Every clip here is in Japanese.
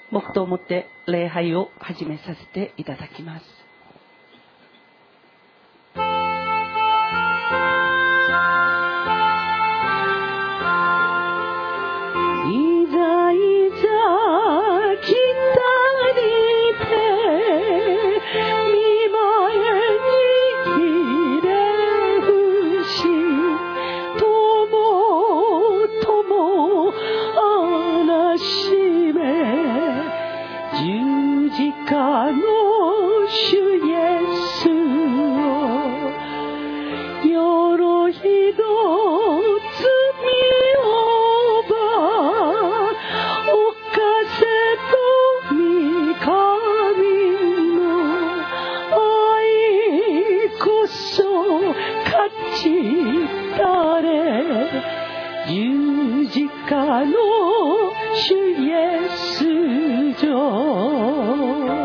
黙祷をもって礼拝を始めさせていただきます。いざいざ来たりて見舞えにひれ伏しともともあらしめ十字架の主イエスを鎧の罪をば犯せと御神の愛こそ勝ちたれ十字架の主イエス上。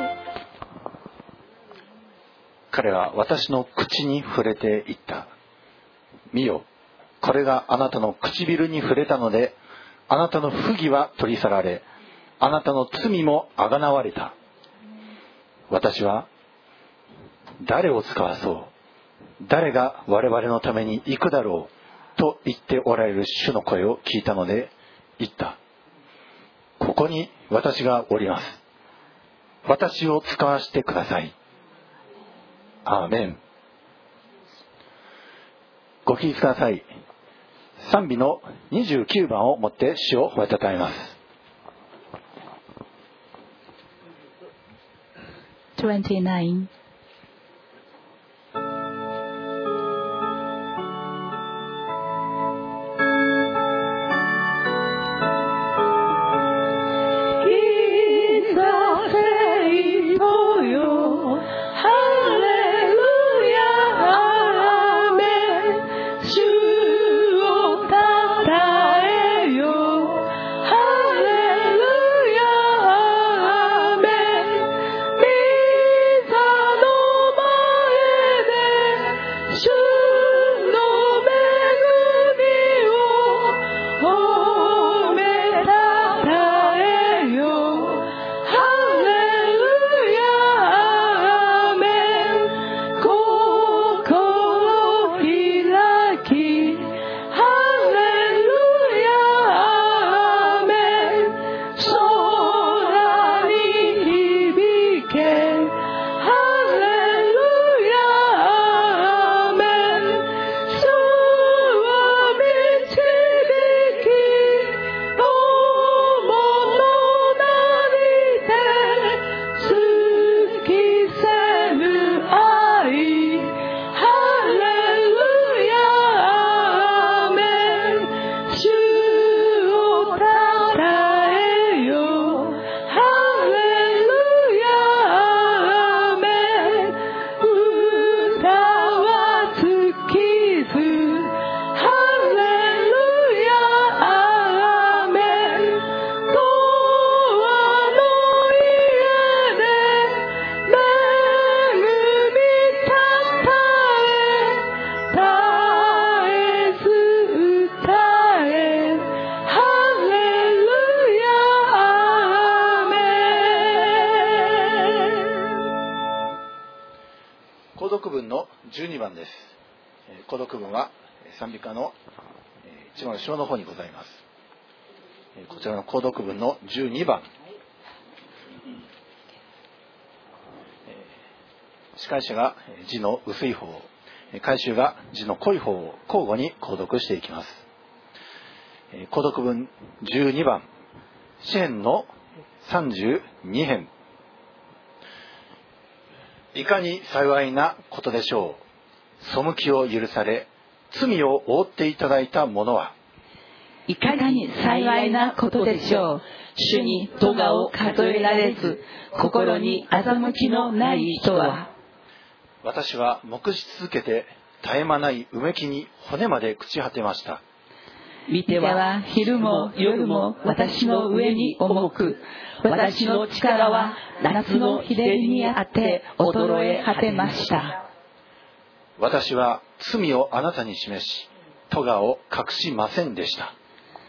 彼は私の口に触れて言った。見よ、これがあなたの唇に触れたので、あなたの不義は取り去られ、あなたの罪もあがなわれた。私は誰を使わそう、誰が我々のために行くだろうと言っておられる主の声を聞いたので言った。ここに私がおります。私を使わせてください。アーメン。ご聞きください。賛美の29番をもって主を褒めたたえます。 29 番です。購読文は賛美歌の一番後ろの方にございます。こちらの購読文の12番、司会者が字の薄い方、回収が字の濃い方を交互に購読していきます。購読文12番、詩編の32編。いかに幸いなことでしょう。背きを許され、罪を負っていただいた者は。 いかに幸いなことでしょう。主に咎を数えられず、心に欺きのない人は。 私は黙し続けて、絶え間ないうめきに骨まで朽ち果てました。 見ては昼も夜も私の上に重く、私の力は夏の日照りにあって衰え果てました。 私は罪をあなたに示し、咎を隠しませんでした。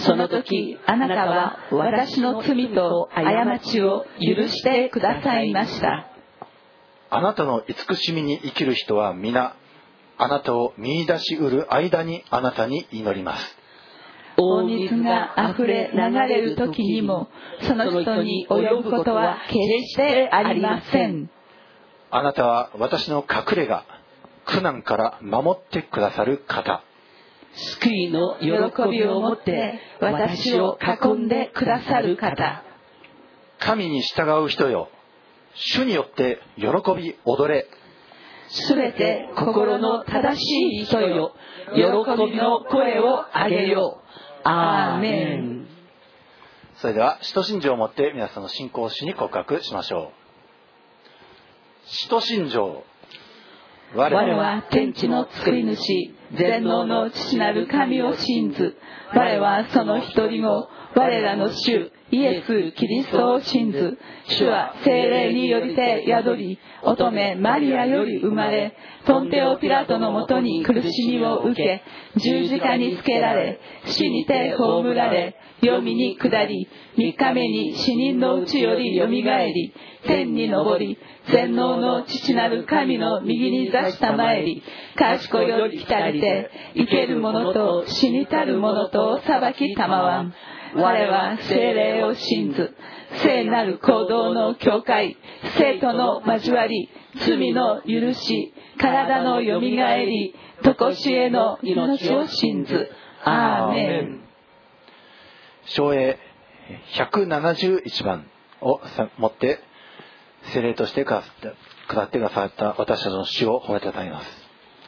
その時あなたは私の罪と過ちを許してくださいました。 あなたの慈しみに生きる人は皆、あなたを見出しうる間にあなたに祈ります。 大水があふれ流れる時にもその人に及ぶことは決してありません。 あなたは私の隠れ家、苦難から守ってくださる方。 救いの喜びを持って私を囲んでくださる方。 神に従う人よ、主によって喜び踊れ。 すべて心の正しい人よ、喜びの声を上げよう。アーメン。 それでは使徒信条をもって皆さんの信仰主に告白しましょう。使徒信条。 我は天地の作り主、全能の父なる神を信ず。我はその一人も我らの主イエス・キリストを信ず。主は聖霊によりて宿り、乙女マリアより生まれ、ポンテオピラトのもとに苦しみを受け、十字架につけられ、死にて葬られ、黄泉に下り、3日目に死人のうちよりよみがえり、天に昇り、全能の父なる神の右に座したまえり、賢より来たりて、生ける者と死にたる者と裁きたまわん。我は聖霊を信ず、聖なる行動の教会、聖との交わり、罪の許し、体のよみがえり、とこしえの命を信ず。アーメン。 唱詠171番を持って聖霊として下ってくださった私たちの主を褒めたたえます。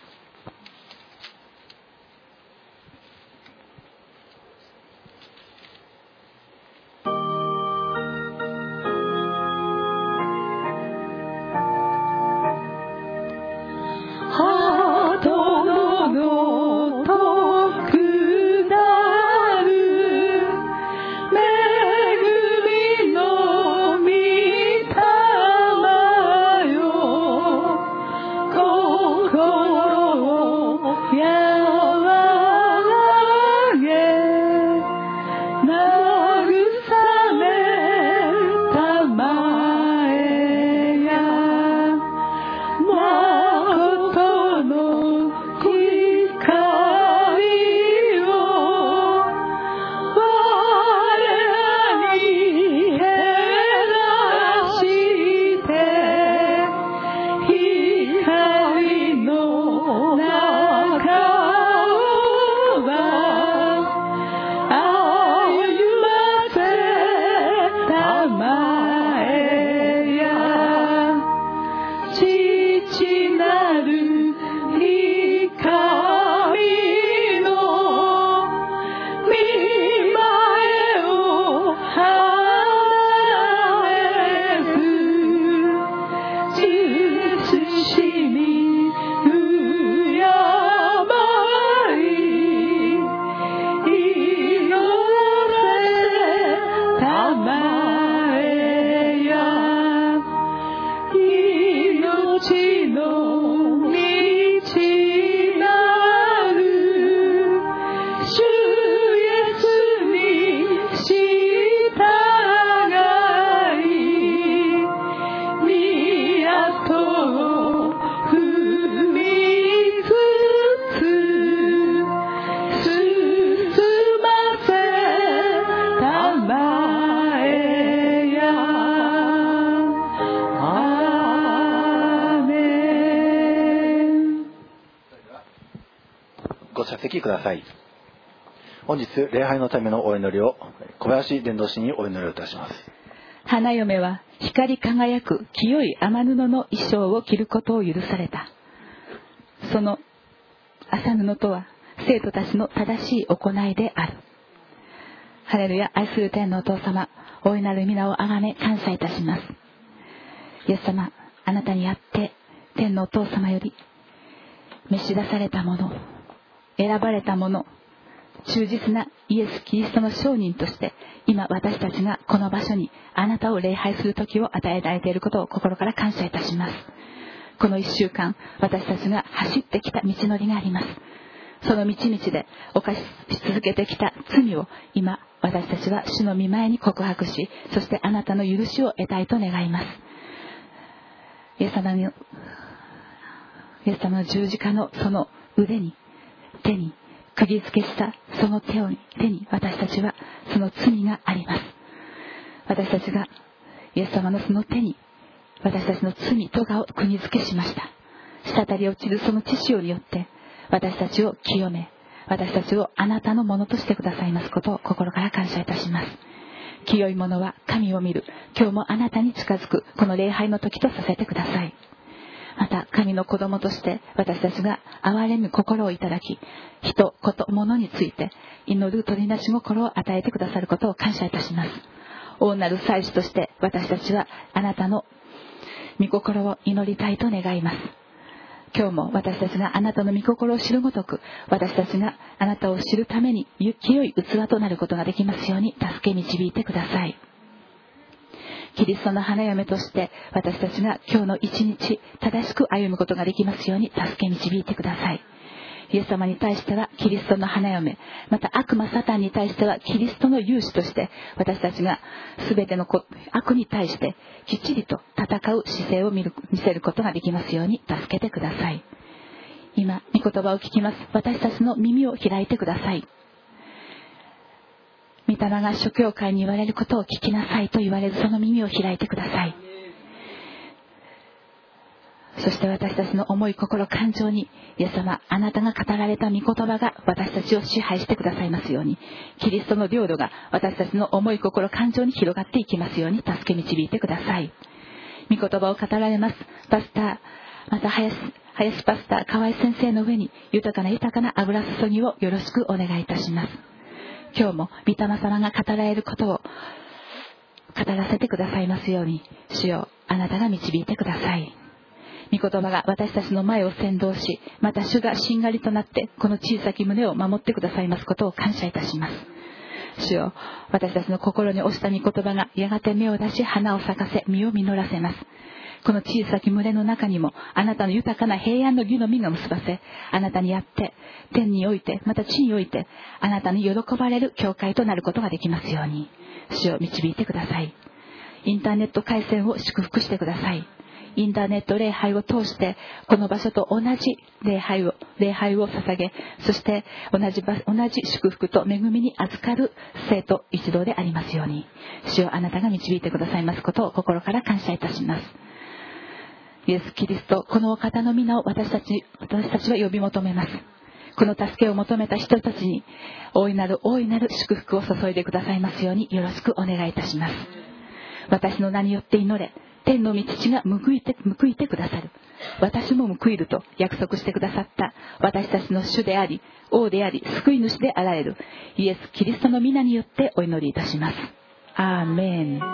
ご着席ください。本日礼拝のためのお祈りを小林伝道師にお祈りをいたします。 花嫁は光り輝く清い雨布の衣装を着ることを許された。その麻布とは生徒たちの正しい行いである。ハレルヤ。愛する天のお父様、大いなる皆をあがめ感謝いたします。イエス様、あなたにあって天のお父様より召し出されたもの、選ばれたもの、忠実なイエス・キリストの証人として今私たちがこの場所にあなたを礼拝する時を与えられていることを心から感謝いたします。この1週間私たちが走ってきた道のりがあります。 その道々で犯し続けてきた罪を今私たちは主の御前に告白し、そしてあなたの許しを得たいと願います。イエス様の十字架のその腕に、手に釘付けしたその手に私たちはその罪があります。私たちがイエス様のその手に私たちの罪とがを釘付けしました。滴り落ちるその血潮によって私たちを清め、私たちをあなたのものとしてくださいますことを心から感謝いたします。清い者は神を見る。今日もあなたに近づくこの礼拝の時とさせてください。また神の子供として私たちが憐れむ心をいただき、人、こと、物について祈る取りなし心を与えてくださることを感謝いたします。大なる祭司として私たちはあなたの御心を祈りたいと願います。今日も私たちがあなたの御心を知るごとく、私たちがあなたを知るために清い器となることができますように助け導いてください。キリストの花嫁として私たちが今日の一日正しく歩むことができますように助け導いてください。イエス様に対してはキリストの花嫁、また悪魔サタンに対してはキリストの勇士として私たちが全ての悪に対してきっちりと戦う姿勢を見せることができますように助けてください。今御言葉を聞きます私たちの耳を開いてください。御霊が諸教会に言われることを聞きなさいと言われるその耳を開いてください。そして私たちの思い心感情にイエス様あなたが語られた御言葉が私たちを支配してくださいますように、キリストの領土が私たちの思い心感情に広がっていきますように助け導いてください。御言葉を語られますパスター、また林パスター河合先生の上に豊かな油注ぎをよろしくお願いいたします。今日も御霊様が語られることを語らせてくださいますように、主よあなたが導いてください。御言葉が私たちの前を先導し、また主がしんがりとなってこの小さき胸を守ってくださいますことを感謝いたします。主よ私たちの心に押した御言葉がやがて芽を出し花を咲かせ実を実らせます。この小さき群れの中にもあなたの豊かな平安の義の実が結ばせ、あなたにあって天においてまた地においてあなたに喜ばれる教会となることができますように主を導いてください。インターネット回線を祝福してください。インターネット礼拝を通してこの場所と同じ礼拝を捧げ、そして同じ祝福と恵みに預かる生徒一同でありますように主をあなたが導いてくださいますことを心から感謝いたします。イエス・キリスト、このお方の皆を私たちは呼び求めます。この助けを求めた人たちに大いなる祝福を注いでくださいますようによろしくお願いいたします。私の名によって祈れ、天の御父が報いてくださる。私も報いると約束してくださった私たちの主であり王であり救い主であられるイエス・キリストの皆によってお祈りいたします。アーメン。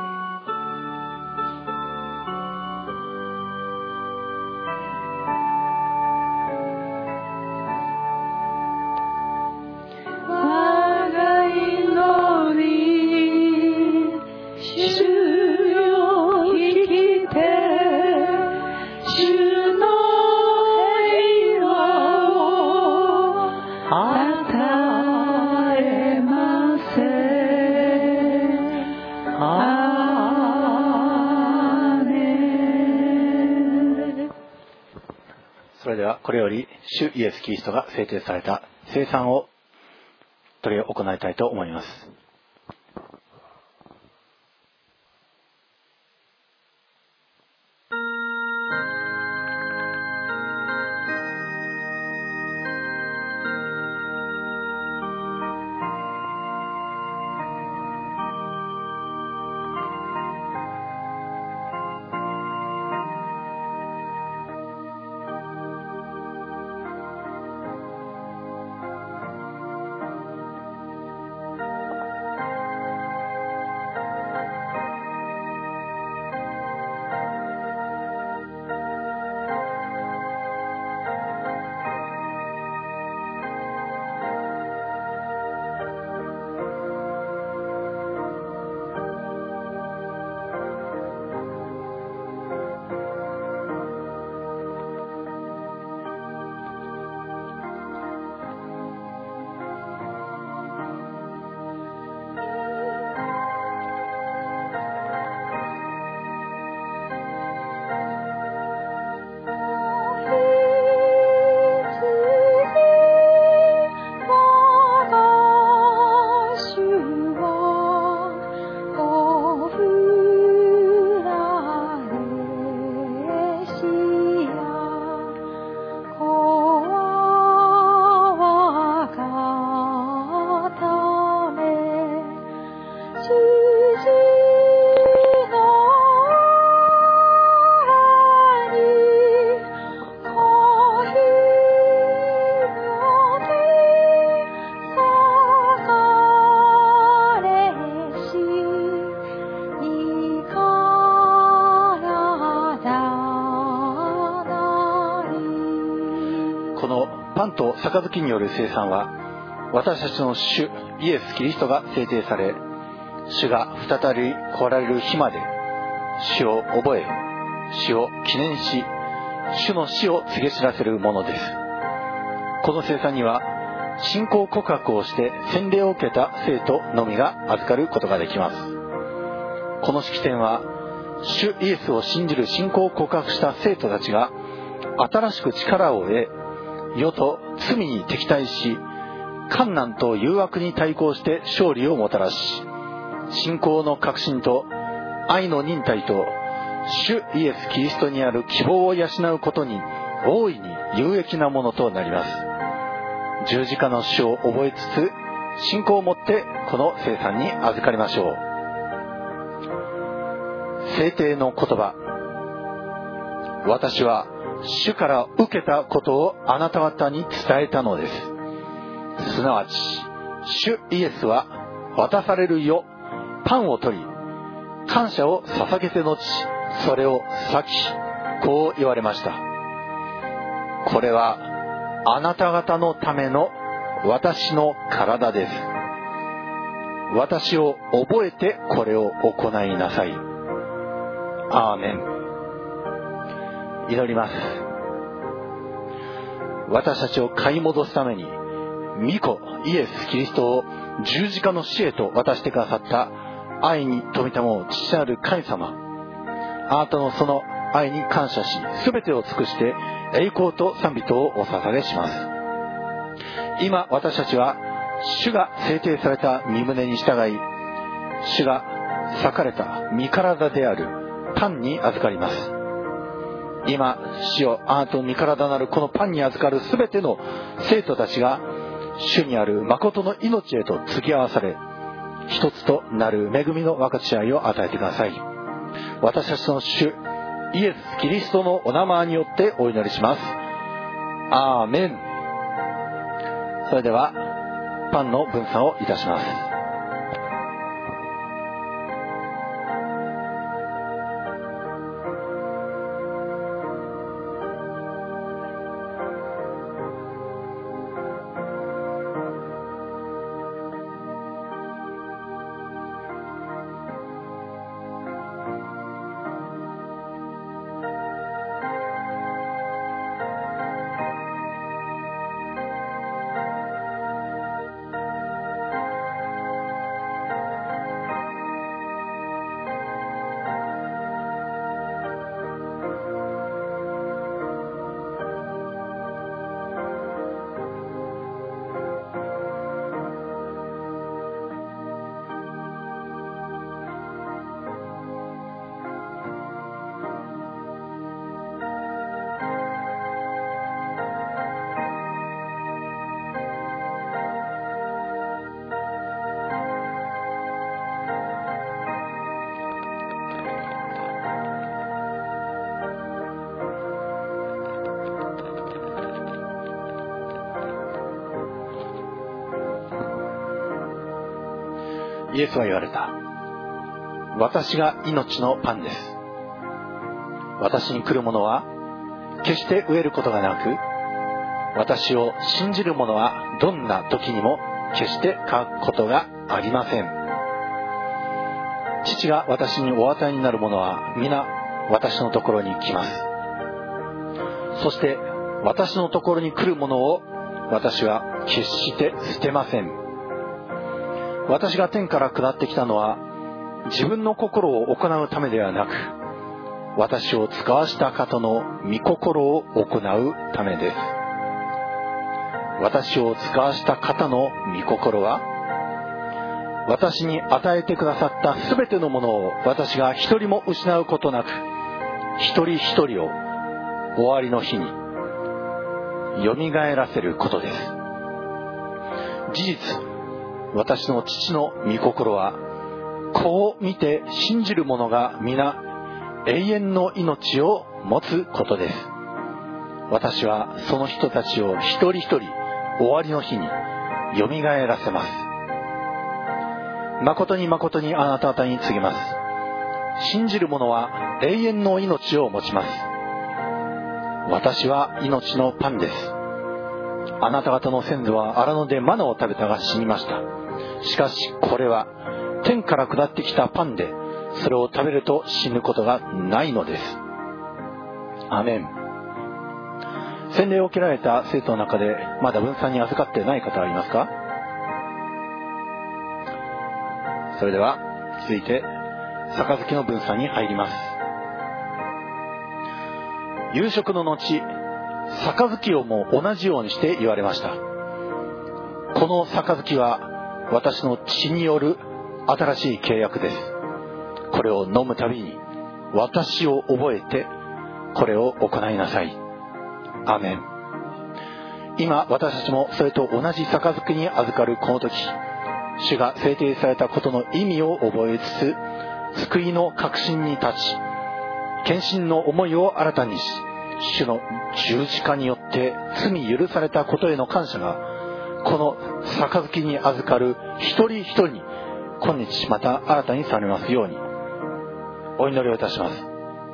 それではこれより主イエス・キリストが制定された聖餐を執り行いたいと思います。 パンと杯による聖餐は、私たちの主イエス・キリストが制定され、主が再び来られる日まで主を覚え、主を記念し、主の死を告げ知らせるものです。この聖餐には、信仰告白をして洗礼を受けた生徒のみが預かることができます。この式典は、主イエスを信じる信仰を告白した生徒たちが新しく力を得、世と罪に敵対し、患難と誘惑に対抗して勝利をもたらし、信仰の確信と愛の忍耐と主イエス・キリストにある希望を養うことに大いに有益なものとなります。十字架の死を覚えつつ、信仰を持ってこの聖餐に預かりましょう。聖帝の言葉。私は主から受けたことをあなた方に伝えたのです。すなわち、主イエスは渡されるよ、パンを取り、感謝を捧げて後、それを裂き、こう言われました。これはあなた方のための私の体です。私を覚えてこれを行いなさい。アーメン。祈ります。私たちを買い戻すために、御子イエス・キリストを十字架の死へと渡してくださった愛に富みたもう父なる神様、あなたのその愛に感謝し、すべてを尽くして栄光と賛美とをお捧げします。今私たちは主が制定された御胸に従い、主が裂かれた御体であるパンに預かります。今、主よ、あなたの御体なるこのパンに預かるすべての生徒たちが主にある誠の命へと継ぎ合わされ、一つとなる恵みの分かち合いを与えてください。私たちの主イエス・キリストのお名前によってお祈りします。アーメン。それではパンの分散をいたします。イエスは言われた。私が命のパンです。私に来る者は決して飢えることがなく、私を信じる者はどんな時にも決して欠くことがありません。父が私にお与えになる者は皆私のところに来ます。そして私のところに来る者を私は決して捨てません。私が天から下ってきたのは自分の心を行うためではなく、私を使わした方の御心を行うためです。私を使わした方の御心は、私に与えてくださったすべてのものを私が一人も失うことなく、一人一人を終わりの日によみがえらせることです。事実、私の父の御心は、こう見て信じる者が皆永遠の命を持つことです。私はその人たちを一人一人終わりの日によみがえらせます。誠に誠にあなた方に告げます。信じる者は永遠の命を持ちます。私は命のパンです。 あなた方の先祖は荒野でマナを食べたが死にました。しかしこれは天から下ってきたパンで、それを食べると死ぬことがないのです。アメン。洗礼を受けられた生徒の中でまだ分散に預かってない方はありますか？それでは続いて杯の分散に入ります。夕食の後、杯をも同じようにして言われました。この杯は私の血による新しい契約です。これを飲むたびに私を覚えてこれを行いなさい。アーメン。今私たちもそれと同じ杯に預かるこの時、主が制定されたことの意味を覚えつつ、救いの確信に立ち、献身の思いを新たにし、主の十字架によって罪許されたことへの感謝が、この杯に預かる一人一人に今日また新たにされますようにお祈りをいたします。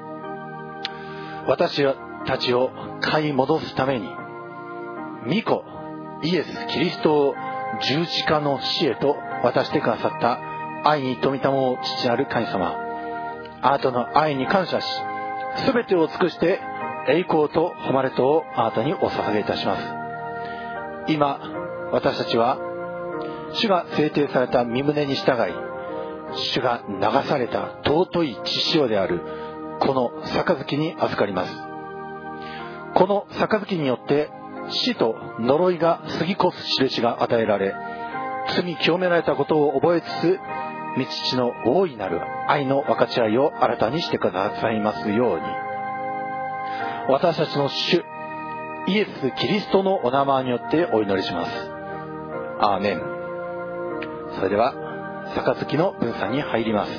私たちを買い戻すために御子イエス・キリストを十字架の死へと渡してくださった愛に富みたも父なる神様、あなたの愛に感謝し、すべてを尽くして栄光と誉れとをあなたにお捧げいたします。今私たちは主が制定された御胸に従い、主が流された尊い血潮であるこの杯に預かります。この杯によって死と呪いが過ぎ越す印が与えられ、罪清められたことを覚えつつ、御父の大いなる愛の分かち合いを新たにしてくださいますように、私たちの主イエス・キリストのお名前によってお祈りします。アーメン。それでは杯の分散に入ります。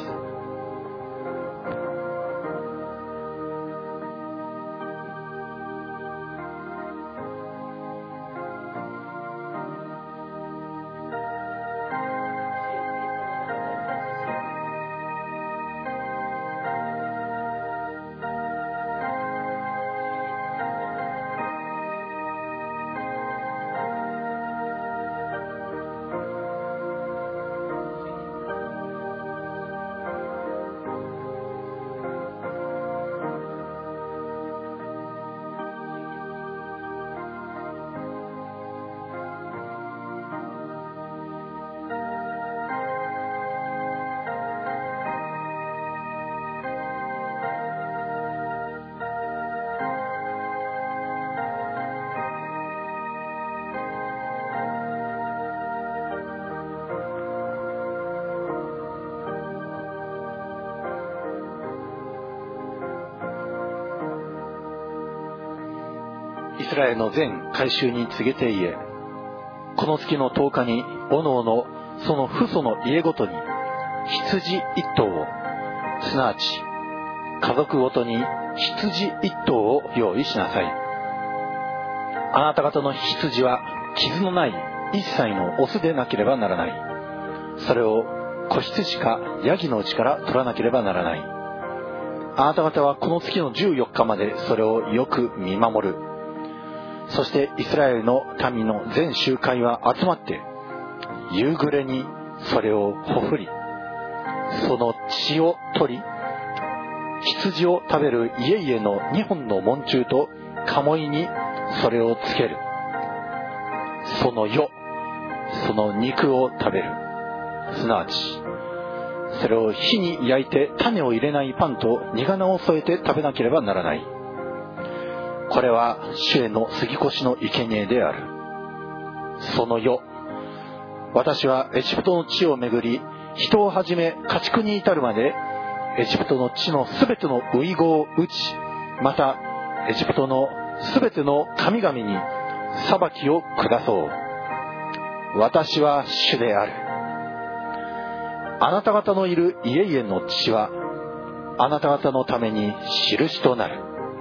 イスラエルの全改宗に告げて言え、この月の10日におのおのその父祖の家ごとに羊1頭を、すなわち家族ごとに羊1頭を用意しなさい。あなた方の羊は傷のない1歳のオスでなければならない。それを子羊かヤギのうちから取らなければならない。あなた方はこの月の14日までそれをよく見守る。そしてイスラエルの民の全集会は集まって夕暮れにそれをほふり、その血を取り、羊を食べる家々の2本の門柱と鴨居にそれをつける。その夜その肉を食べる。すなわちそれを火に焼いて種を入れないパンと苦菜を添えて食べなければならない。これは主への杉越の生贄である。その夜、私はエジプトの地を巡り、人をはじめ家畜に至るまでエジプトの地のすべての遺語を打ち、またエジプトのすべての神々に裁きを下そう。私は主である。あなた方のいる家々の血はあなた方のために印となる。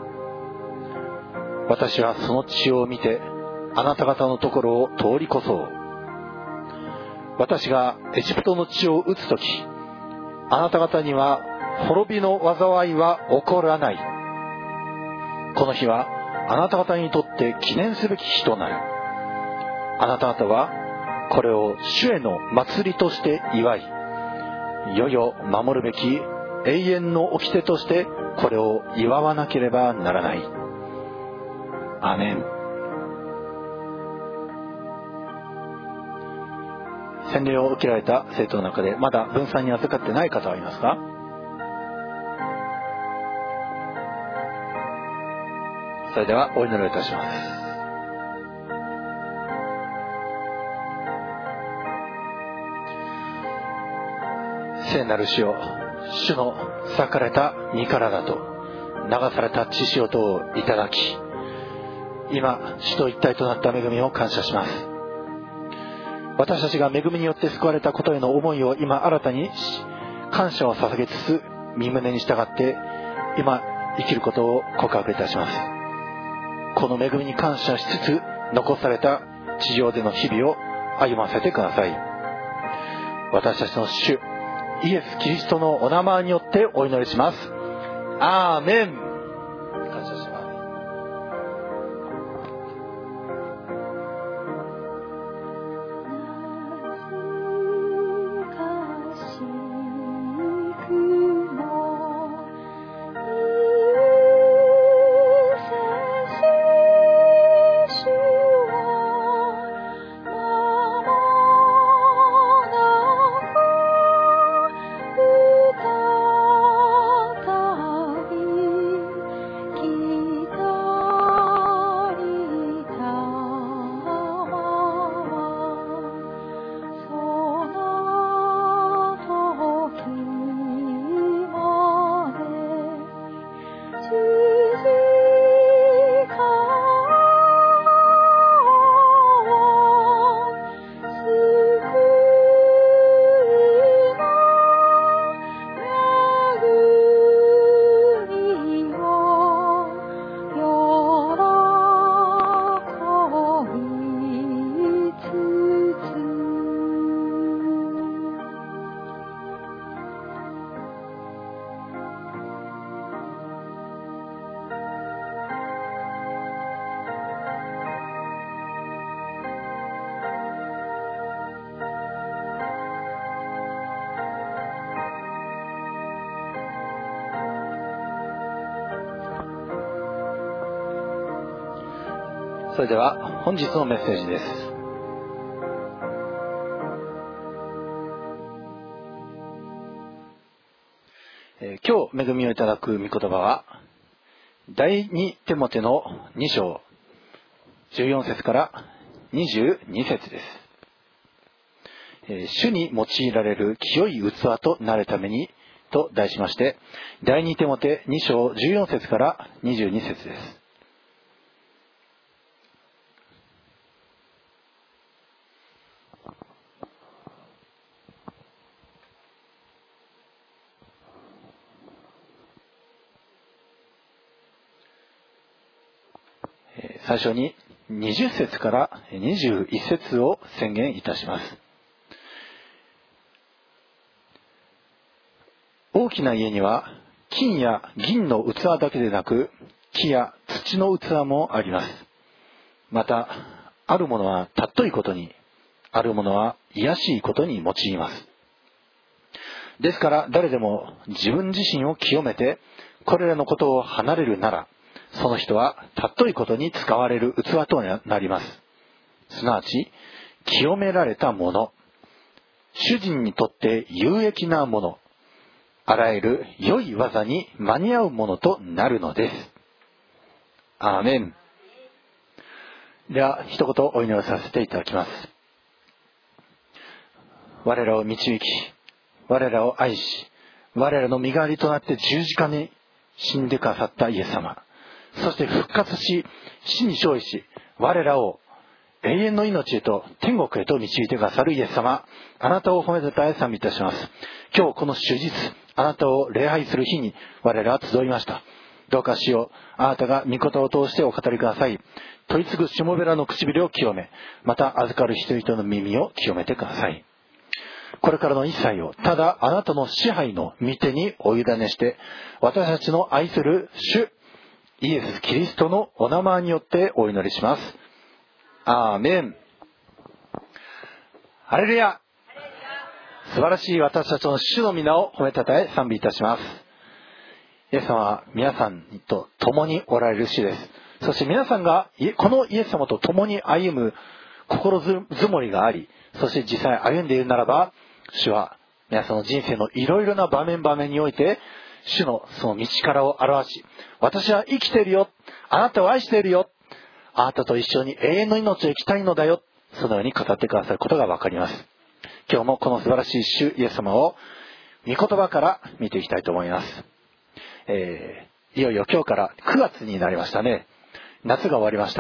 私はその血を見てあなた方のところを通り越そう。私がエジプトの地を打つとき、あなた方には滅びの災いは起こらない。この日はあなた方にとって記念すべき日となる。 あなた方はこれを主への祭りとして祝い、世々守るべき永遠の掟としてこれを祝わなければならない。アーメン。洗礼を受けられた生徒の中でまだ分散に預かってない方はいますか？それではお祈りをいたします。聖なる主よ、主の裂かれた身体と流された血潮とをいただき、今主と一体となった恵みを感謝します。私たちが恵みによって救われたことへの思いを今新たに感謝を捧げつつ、身胸に従って今生きることを告白いたします。この恵みに感謝しつつ残された地上での日々を歩ませてください。私たちの主イエス・キリストのお名前によってお祈りします。アーメン。感謝します。それでは本日のメッセージです。今日恵みをいただく御言葉は第2テモテの2章14節から22節です。主に用いられる清い器となるためにと題しまして、第2テモテ2章14節から22節です。最初に20節から21節を宣言いたします。大きな家には金や銀の器だけでなく木や土の器もあります。またあるものは尊いことに、あるものは卑しいことに用います。ですから誰でも自分自身を清めてこれらのことを離れるなら、その人は尊いことに使われる器となります。すなわち清められたもの、主人にとって有益なもの、あらゆる良い技に間に合うものとなるのです。アーメン。では一言お祈りさせていただきます。我らを導き、我らを愛し、我らの身代わりとなって十字架に死んでくださったイエス様、そして復活し死に勝利し我らを永遠の命へと天国へと導いてくださるイエス様、あなたを褒めたたえ賛美いたします。今日この終日あなたを礼拝する日に我らは集いました。どうか主よ、あなたが御言葉を通してお語りください。取り継ぐしもべらの唇を清め、また預かる人々の耳を清めてください。これからの一切をただあなたの支配の御手にお委ねして、私たちの愛する主イエス・キリストのお名前によってお祈りします。アーメン。 ハレルヤ。素晴らしい私たちの主の皆を褒めたたえ賛美いたします。イエス様は皆さんと共におられる主です。そして皆さんがこのイエス様と共に歩む心づもりがあり、そして実際歩んでいるならば、主は皆さんの人生のいろいろな場面場面において主のその道からを表し、私は生きているよ、あなたを愛しているよ、あなたと一緒に永遠の命を生きたいのだよ、そのように語ってくださることが分かります。今日もこの素晴らしい主イエス様を御言葉から見ていきたいと思います。いよいよ今日から9月になりましたね。夏が終わりました。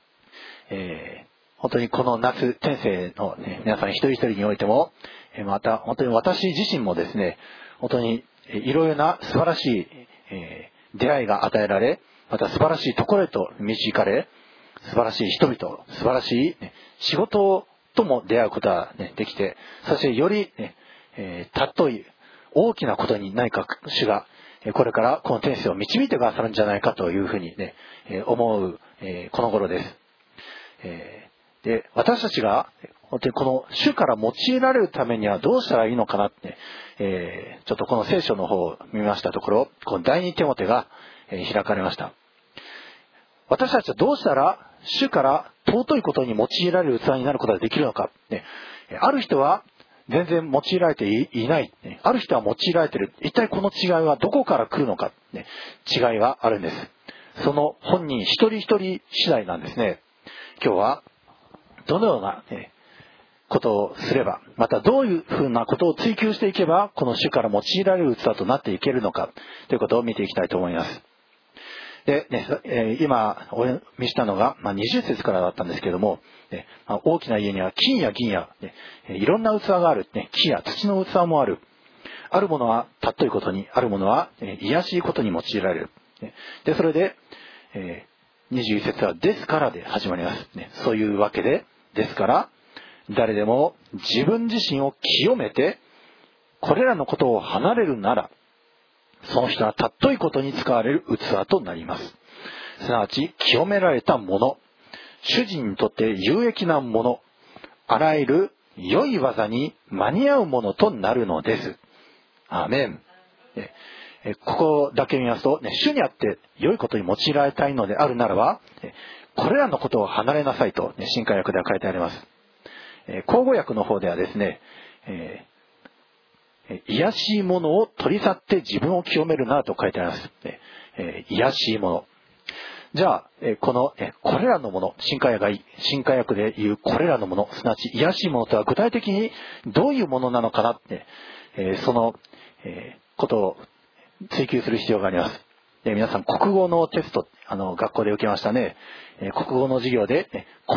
本当にこの夏、天性の、皆さん一人一人においても、また本当に私自身もですね、本当にいろいろな素晴らしい、出会いが与えられ、また素晴らしいところへと導かれ、素晴らしい人々、素晴らしい、仕事とも出会うことが、できて、そしてより、尊い大きなことに何か主がこれからこの天性を導いてくださるんじゃないかというふうにね、思う、この頃です。で、私たちが本当にこの主から用いられるためにはどうしたらいいのかなって、ちょっとこの聖書の方を見ましたところ、この第二テモテが開かれました。私たちはどうしたら主から尊いことに用いられる器になることができるのか、ある人は全然用いられていない、ある人は用いられている。一体この違いはどこから来るのか、違いはあるんです。その本人一人一人次第なんですね。今日はどのようなことをすれば、またどういうふうなことを追求していけばこの主から用いられる器となっていけるのかということを見ていきたいと思います。で、今お読みしたのが、20節からだったんですけれども、大きな家には金や銀や、いろんな器がある、木や土の器もある。あるものは尊いことに、あるものは卑しいことに用いられる。で、それで、21節はですからで始まります。そういうわけで、ですから、誰でも自分自身を清めて、これらのことを離れるなら、その人は尊いことに使われる器となります。すなわち清められたもの、主人にとって有益なもの、あらゆる良い技に間に合うものとなるのです。アーメン。ここだけ見ますと、主にあって良いことに用いられたいのであるならば、これらのことを離れなさいと、新海訳では書いてあります。口語訳の方ではですね、卑しいものを取り去って自分を清めるなと書いてあります。卑しいもの。じゃあ、これらのもの、新海訳で言うこれらのもの、すなわち卑しいものとは具体的にどういうものなのかなって、その、ことを追求する必要があります。皆さん、国語のテスト、学校で受けましたね。国語の授業で、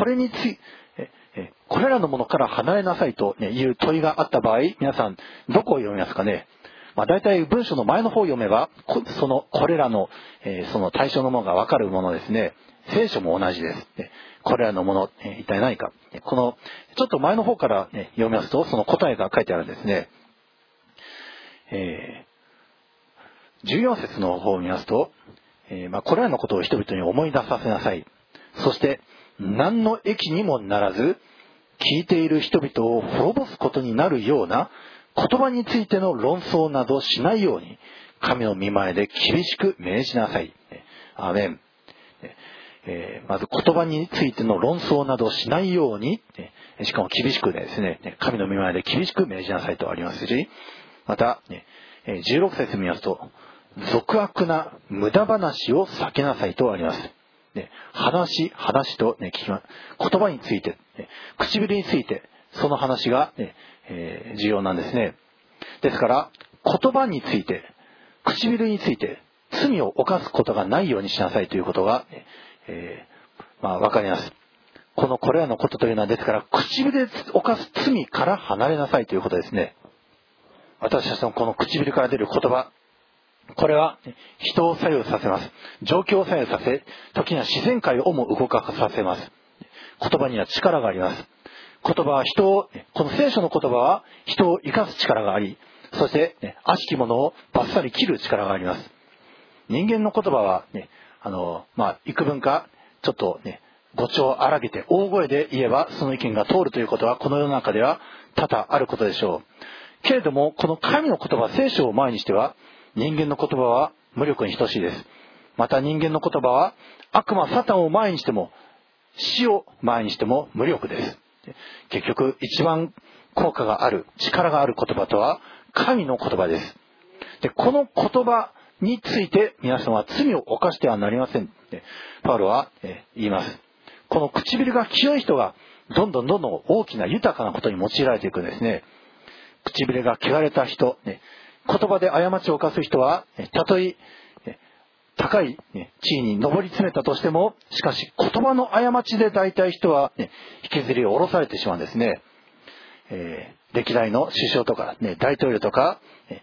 これらのものから離れなさいという問いがあった場合、皆さんどこを読みますかね。大体文章の前の方を読めば、これらの、その対象のものが分かるものですね。聖書も同じです。これらのもの、一体何か。このちょっと前の方から読みますと、その答えが書いてあるんですね。14節の方を見ますと、これらのことを人々に思い出させなさい。そして何の益にもならず、聞いている人々を滅ぼすことになるような言葉についての論争などしないように、神の御前で厳しく命じなさい。アーメン。まず言葉についての論争などしないように、しかも厳しくですね、神の御前で厳しく命じなさいとありますし、また、16節見ますと、俗悪な無駄話を避けなさいとあります。話と、言葉について、唇について、その話が、重要なんですね。ですから言葉について、唇について罪を犯すことがないようにしなさいということが、分かります。これらのことというのは、ですから唇で犯す罪から離れなさいということですね。私たちのこの唇から出る言葉、これは人を作用させます。状況を作用させ、時には自然界をも動かさせます。言葉には力があります。言葉はこの聖書の言葉は人を生かす力があり、そして、悪しきものをバッサリ切る力があります。人間の言葉は幾分かちょっと語調を荒げて大声で言えばその意見が通るということはこの世の中では多々あることでしょう。けれどもこの神の言葉、聖書を前にしては人間の言葉は無力に等しいです。また人間の言葉は悪魔サタンを前にしても死を前にしても無力です。結局一番効果がある、力がある言葉とは神の言葉です。でこの言葉について皆さんは罪を犯してはなりません。パウロは言います。この唇が清い人がどんどん大きな豊かなことに用いられていくんですね。唇が汚れた人、言葉で過ちを犯す人はたとえ高い地位に上り詰めたとしても、しかし言葉の過ちで大体人は引きずり下ろされてしまうんですね。歴代の首相とか、大統領とか、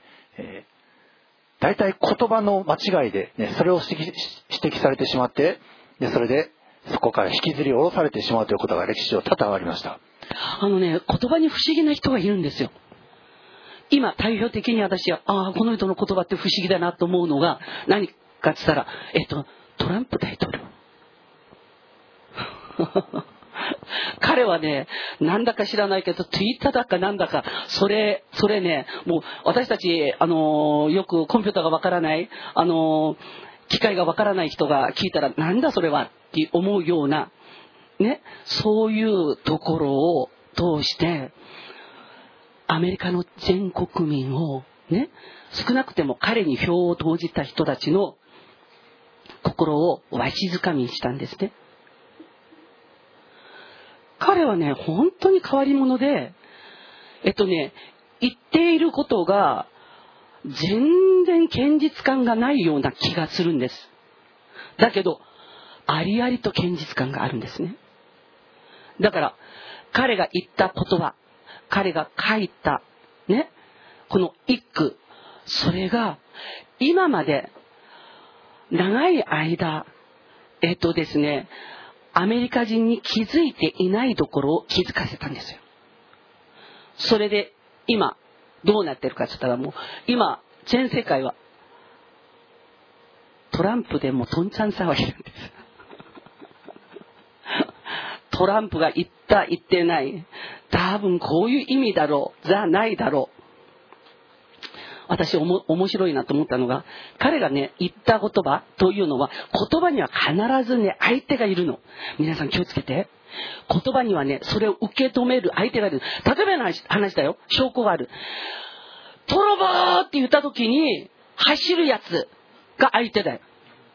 大体言葉の間違いで、それを指摘されてしまって、それでそこから引きずり下ろされてしまうということが歴史上多々ありました。 言葉に不思議な人がいるんですよ。今代表的に私はこの人の言葉って不思議だなと思うのが何かって言ったら、トランプ大統領彼はね、なんだか知らないけどツイッターだかなんだかそれね、もう私たちよくコンピューターがわからない機械がわからない人が聞いたらなんだそれはって思うようなね、そういうところを通してアメリカの全国民をね、少なくても彼に票を投じた人たちの心をわしづかみにしたんですね。彼はね、本当に変わり者で、言っていることが全然堅実感がないような気がするんです。だけどありありと堅実感があるんですね。だから彼が言った言葉、彼が書いたね、この一句、それが今まで長い間ですね、アメリカ人に気づいていないところを気づかせたんですよ。それで今どうなってるかって言ったら、もう今全世界はトランプでもとんちゃん騒ぎなんです。トランプが言った言ってない、多分こういう意味だろうじゃないだろう。私面白いなと思ったのが、彼がね言った言葉というのは、言葉には必ずね相手がいるの。皆さん気をつけて。言葉にはねそれを受け止める相手がいる。例えばの話だよ、証拠がある。泥棒って言った時に走るやつが相手だよ。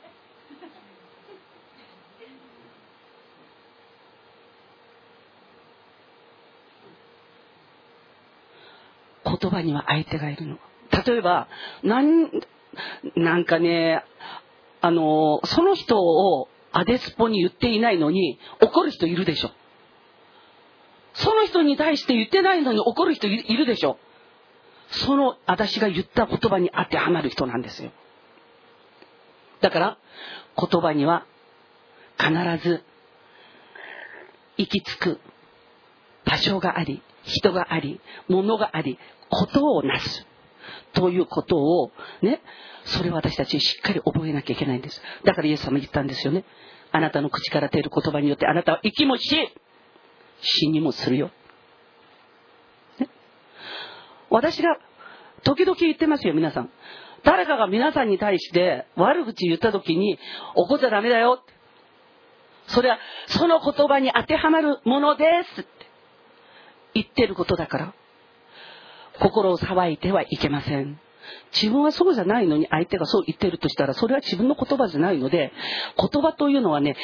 言葉には相手がいるの。例えばなんかね、その人をアデスポに言っていないのに怒る人いるでしょ。その人に対して言ってないのに怒る人いるでしょ。その私が言った言葉に当てはまる人なんですよ。だから言葉には必ず行き着く場所があり、人があり、物があり、ことをなすということをね、それを私たちしっかり覚えなきゃいけないんです。だからイエス様言ったんですよね。あなたの口から出る言葉によってあなたは生きもし死にもするよ、ね、私が時々言ってますよ。皆さん、誰かが皆さんに対して悪口言った時に怒っちゃダメだよって、それはその言葉に当てはまるものですって言ってることだから、心を騒いではいけません。自分はそうじゃないのに相手がそう言ってるとしたら、それは自分の言葉じゃないので、言葉というのはね、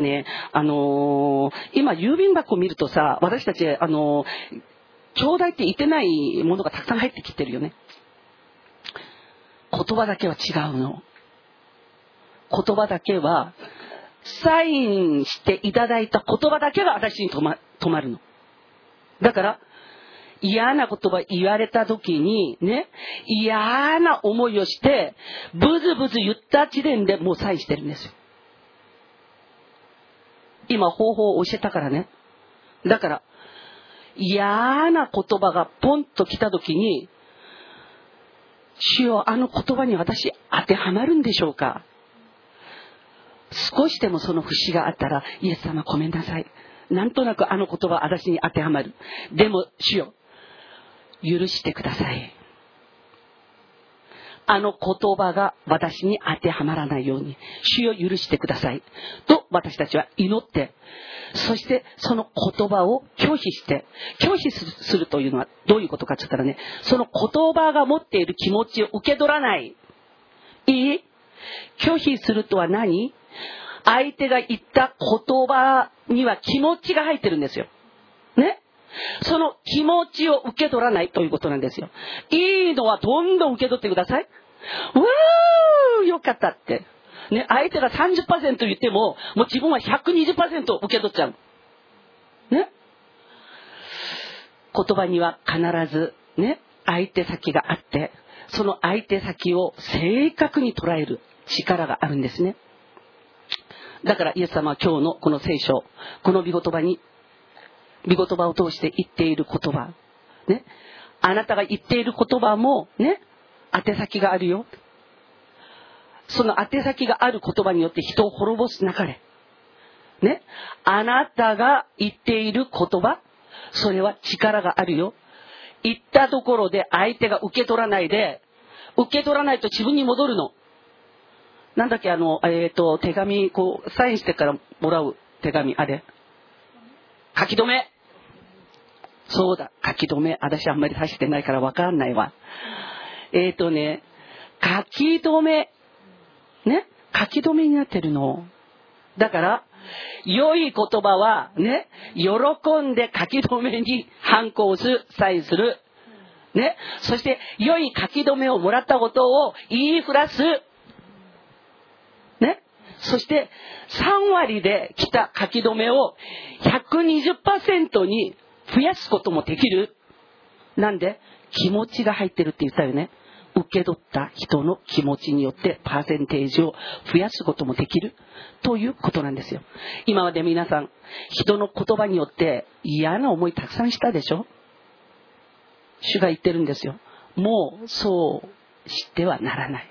今郵便箱を見るとさ、私たちちょうだいって言ってないものがたくさん入ってきてるよね。言葉だけは違うの。言葉だけはサインしていただいた言葉だけが私に止まるの。だから嫌な言葉言われた時にね、嫌な思いをしてブズブズ言った時点でもうサインしてるんですよ。今方法を教えたからね。だから嫌な言葉がポンと来た時に、主よ、あの言葉に私当てはまるんでしょうか。 少しでもその節があったら、イエス様ごめんなさい。なんとなくあの言葉は私に当てはまる。でも主よ、許してください。あの言葉が私に当てはまらないように、主よ許してください。と私たちは祈って、そしてその言葉を拒否して、拒否するというのはどういうことかって言ったらね、その言葉が持っている気持ちを受け取らない。いい？拒否するとは何？相手が言った言葉には気持ちが入ってるんですよ。ね？その気持ちを受け取らないということなんですよ。いいのはどんどん受け取ってください。わーよかったって。ね、相手が 30% 言っても、もう自分は 120% 受け取っちゃう。ね？言葉には必ずね、相手先があって、その相手先を正確に捉える力があるんですね。だからイエス様は今日のこの聖書、この御言葉を通して言っている言葉、ね、あなたが言っている言葉もね、宛先があるよ。その宛先がある言葉によって人を滅ぼすなかれ。ね、あなたが言っている言葉、それは力があるよ。言ったところで相手が受け取らないで、受け取らないと自分に戻るの。なんだっけ、手紙、こう、サインしてからもらう手紙、あれ。書き留め。そうだ、書き留め。私あんまり出してないからわかんないわ。書き留め。ね、書き留めになってるの。だから、良い言葉はね、喜んで書き留めにハンコを押す、サインする。ね、そして良い書き留めをもらったことを言いふらす。ね、そして3割で来た書き留めを 120% に増やすこともできる。なんで気持ちが入ってるって言ったよね。受け取った人の気持ちによってパーセンテージを増やすこともできるということなんですよ。今まで皆さん人の言葉によって嫌な思いたくさんしたでしょ。主が言ってるんですよ。もうそうしてはならない。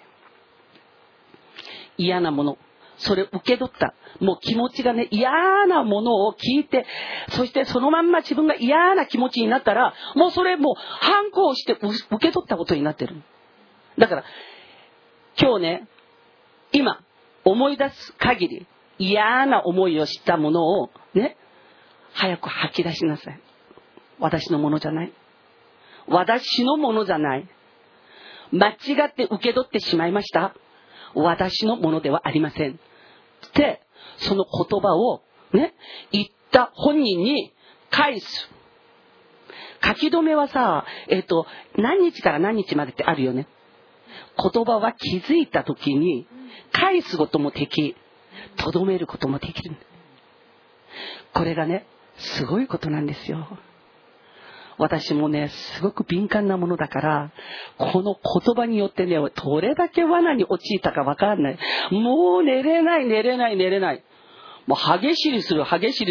嫌なもの、それを受け取った、もう気持ちがね、嫌なものを聞いて、そしてそのまんま自分が嫌な気持ちになったら、もうそれもう反抗して受け取ったことになってる。だから今日ね、今思い出す限り嫌な思いをしたものをね、早く吐き出しなさい。私のものじゃない。私のものじゃない。間違って受け取ってしまいました。私のものではありません。で、その言葉をね、言った本人に返す。書き留めはさ、何日から何日までってあるよね。言葉は気づいた時に返すこともでき、とどめることもできる。これがね、すごいことなんですよ。私もね、すごく敏感なものだから、この言葉によってね、どれだけ罠に陥ったか分かんない。もう寝れない。もう激しりする。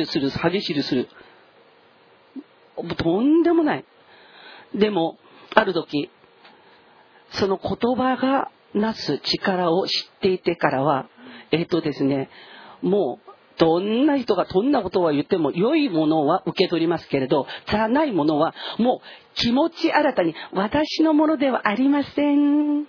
とんでもない。でも、ある時、その言葉がなす力を知っていてからは、ですね、もう、どんな人がどんなことを言っても良いものは受け取りますけれど、じゃないものはもう気持ち新たに私のものではありません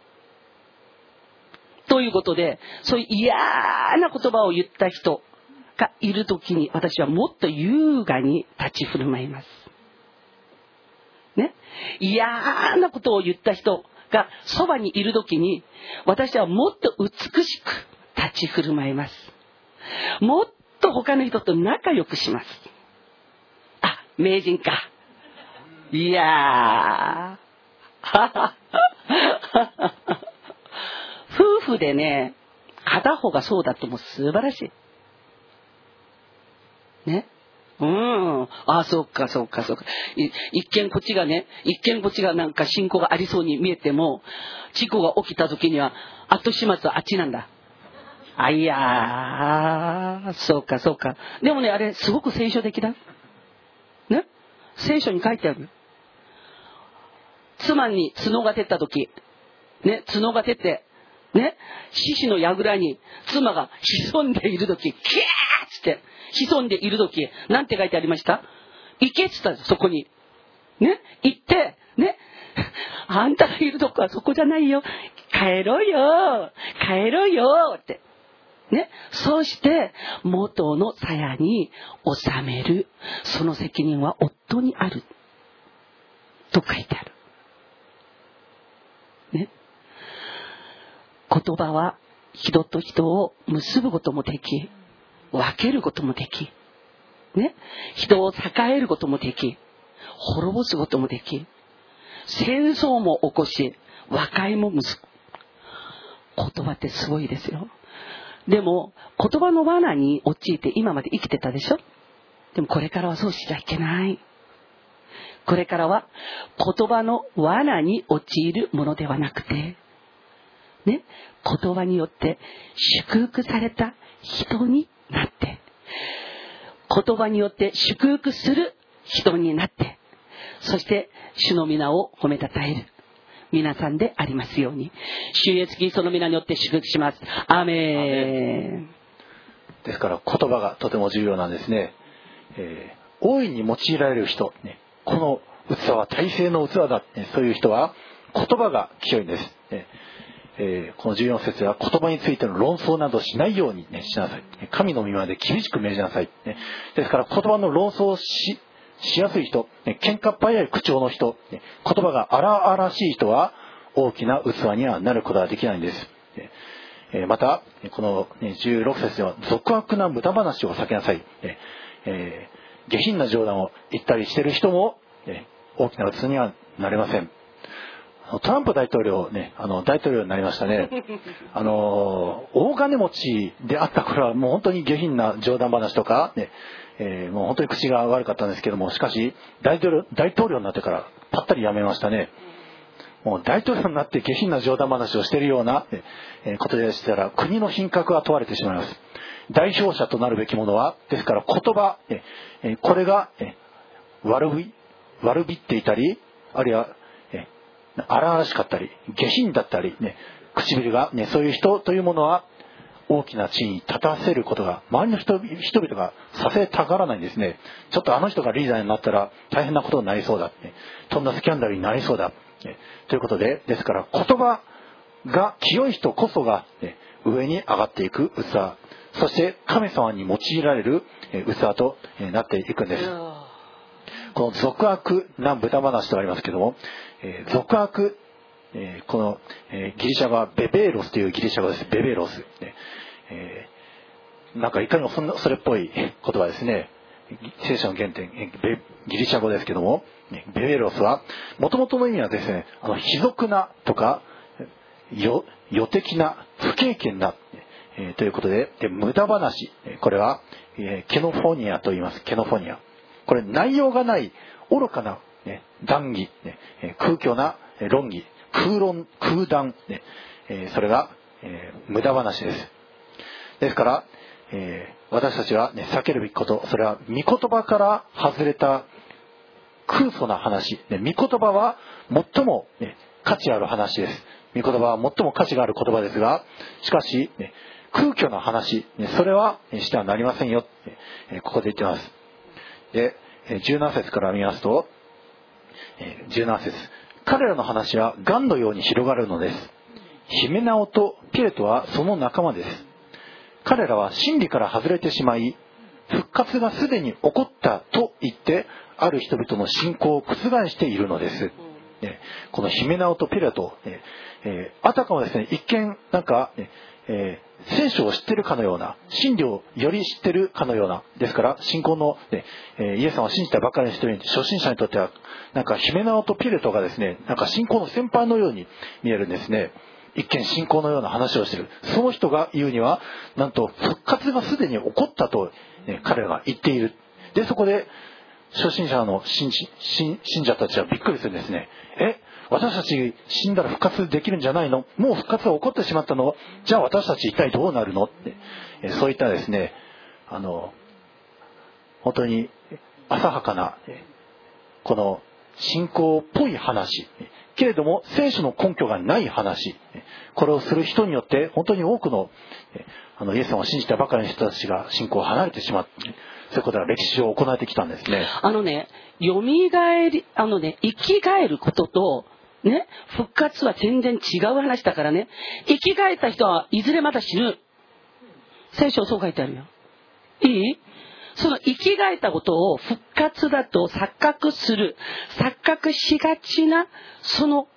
ということで、そういう嫌な言葉を言った人がいるときに、私はもっと優雅に立ち振る舞いますね。嫌なことを言った人がそばにいるときに、私はもっと美しく立ち振る舞います。もっと他の人と仲良くします。あ、名人か。いやー夫婦でね、片方がそうだともう素晴らしいね。そうか。一見こっちがなんか信仰がありそうに見えても、事故が起きた時には後始末はあっちなんだ。いやー、そうか。でもね、あれすごく聖書的だね。聖書に書いてある。妻に角が出た時ね、角が出てね、獅子の櫓に妻が潜んでいる時、キャーッつって潜んでいる時、なんて書いてありました？行けっつったんです。そこにね、行ってね、あんたがいるとこはそこじゃないよ、帰ろうよ帰ろうよってね、そうして元の鞘に収める、その責任は夫にあると書いてあるね。言葉は人と人を結ぶこともでき、分けることもでき、ね、人を栄えることもでき、滅ぼすこともでき、戦争も起こし、和解も結ぶ。言葉ってすごいですよ。でも言葉の罠に陥って今まで生きてたでしょ。でもこれからはそうしちゃいけない。これからは言葉の罠に陥るものではなくてね、言葉によって祝福された人になって、言葉によって祝福する人になって、そして主の皆を褒めたたえる皆さんでありますように、主イエスキリストの皆によって祝福します。アーメン。 ですから言葉がとても重要なんですね。大いに用いられる人、ね、この器は大勢の器だ、ね、そういう人は言葉が清いんです、ね。この14節は言葉についての論争などしないように、ね、しなさい。神の御前で厳しく命じなさい、ね。ですから言葉の論争をしやすい人、ね、喧嘩っ早い口調の人、ね、言葉が荒々しい人は大きな器にはなることはできないんです。またこの16節では俗悪な無駄話を避けなさい。下品な冗談を言ったりしている人も大きな器にはなれません。トランプ大統領ね、大統領になりましたね。大金持ちであった頃はもう本当に下品な冗談話とか、ね、もう本当に口が悪かったんですけども、しかし大統領になってからぱったりやめましたね。もう大統領になって下品な冗談話をしているようなことでしたら国の品格が問われてしまいます。代表者となるべきものはですから言葉、これが悪びっていたり、あるいは荒々しかったり下品だったり、ね、唇が、ね、そういう人というものは大きな地位に立たせることが周りの人々がさせたがらないんですね。ちょっとあの人がリーダーになったら大変なことになりそうだ、ね、とんだスキャンダルになりそうだ、ね、ということで、ですから言葉が清い人こそが、ね、上に上がっていく器、そして神様に用いられる器となっていくんです。この俗悪な豚話とありますけども、俗悪、このギリシャ語はベベーロスというギリシャ語です。ベベーロス、なんかいかにもそれっぽい言葉ですね。聖書の原点ギリシャ語ですけども、ベベーロスは元々の意味はですね、卑俗なとか予的な不経験な、ということで、無駄話、これはケノフォニアと言います。ケノフォニア、これ内容がない愚かな、談義、空虚な論議、空談、それが、無駄話です。ですから、私たちは、避けるべきこと、それは御言葉から外れた空疎な話、御言葉は最も、価値ある話です。御言葉は最も価値がある言葉ですが、しかし、空虚な話、それはしてはなりませんよ、ここで言ってます。で、17節から見ますと、17節、彼らの話は癌のように広がるのです。ヒメナオとピレトはその仲間です。彼らは真理から外れてしまい、復活がすでに起こったと言ってある人々の信仰を覆しているのです。このヒメナオとピレト、あたかもですね、一見なんか、聖書を知っているかのような、真理をより知っているかのような、ですから信仰の、イエス様を信じたばかりの人に、初心者にとってはなんかヒメナオとピレトがですね、なんか信仰の先輩のように見えるんですね。一見信仰のような話をしている。その人が言うには、なんと復活がすでに起こったと、彼らが言っている。で、そこで初心者の信者たちはびっくりするんですね。私たち死んだら復活できるんじゃないの？もう復活が起こってしまったの？じゃあ私たち一体どうなるの？って、そういったですね、本当に浅はかなこの信仰っぽい話、けれども聖書の根拠がない話、 これをする人によって本当に多くのイエス様を信じたばかりの人たちが信仰を離れてしまって、そういうことが歴史上行われてきたんですね。 よみがえり、生き返ることとね、復活は全然違う話だからね。生き返った人はいずれまた死ぬ。聖書そう書いてあるよ。いい？その生き返ったことを復活だと錯覚する、錯覚しがちな、その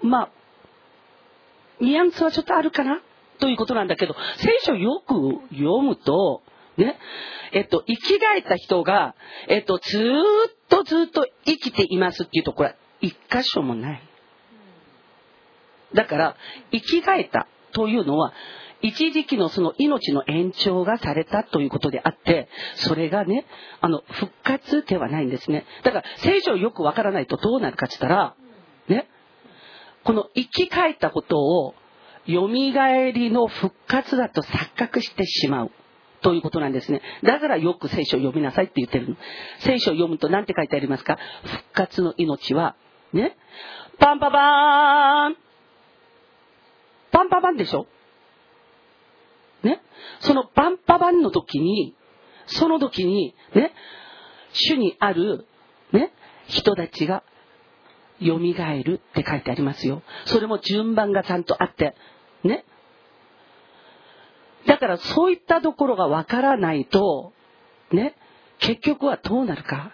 ニュアンスはちょっとあるかなということなんだけど、聖書をよく読むとね、生き返った人がずっと生きていますっていうところは一箇所もない。だから生き返ったというのは一時期のその命の延長がされたということであって、それがね、復活ではないんですね。だから聖書をよくわからないとどうなるかって言ったらね、この生き返ったことをよみがえりの復活だと錯覚してしまうということなんですね。だからよく聖書を読みなさいって言ってるの。聖書を読むと何て書いてありますか？復活の命はね、パンパパーンパンパパンでしょね、そのパンパパンの時に、その時にね、主にあるね、人たちがよみがえるって書いてありますよ。それも順番がちゃんとあってね。だからそういったところがわからないとね、結局はどうなるか。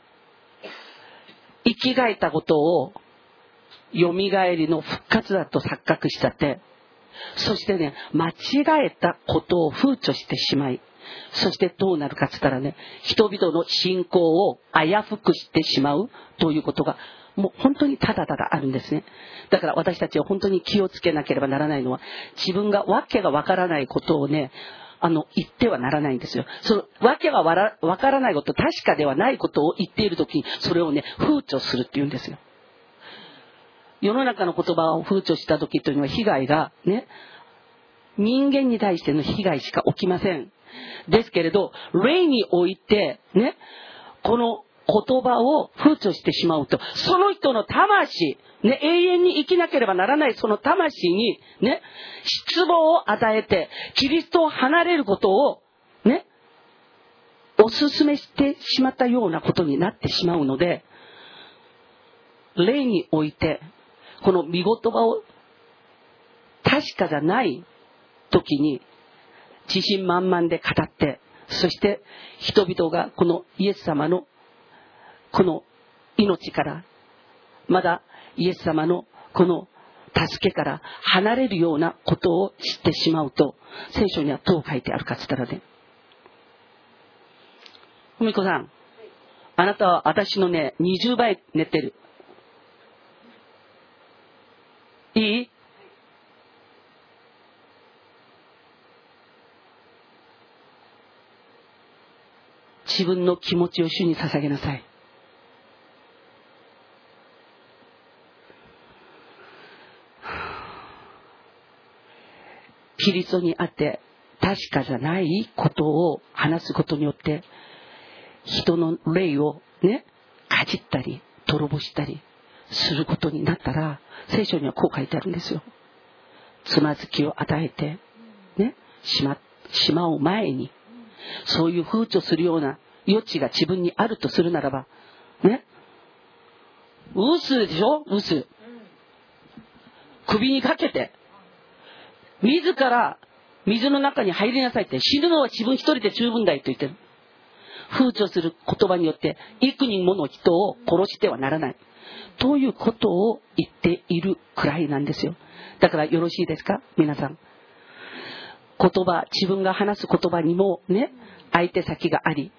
生き返ったことをよみがえりの復活だと錯覚しちゃって、そしてね、間違えたことを風潮してしまい、そしてどうなるかって言ったらね、人々の信仰を危うくしてしまうということがもう本当にただただあるんですね。だから私たちは本当に気をつけなければならないのは、自分がわけがわからないことをね、言ってはならないんですよ。そのわけがわからないこと、確かではないことを言っているときに、それをね、風潮するって言うんですよ。世の中の言葉を風潮した時というのは被害がね、人間に対しての被害しか起きません。ですけれど、霊においてね、この言葉を風潮してしまうと、その人の魂、ね、永遠に生きなければならないその魂にね、失望を与えて、キリストを離れることをね、お勧めしてしまったようなことになってしまうので、霊においてこの御言葉を確かじゃない時に自信満々で語って、そして人々がこのイエス様のこの命から、まだイエス様のこの助けから離れるようなことを知ってしまうと、聖書にはどう書いてあるかって言ったらね、ふみこさん、あなたは私のね、20倍寝てる。いい？自分の気持ちを主に捧げなさい。キリストにあって確かじゃないことを話すことによって、人の霊をね、かじったり泥棒したりすることになったら、聖書にはこう書いてあるんですよ。つまずきを与えてね、しまう前に、そういう風潮するような余地が自分にあるとするならばね、臼でしょ、臼、首にかけて自ら水の中に入りなさいって、死ぬのは自分一人で十分だよと言ってる。風潮する言葉によって幾人もの人を殺してはならないということを言っているくらいなんですよ。だからよろしいですか皆さん、言葉、自分が話す言葉にもね、相手先があり、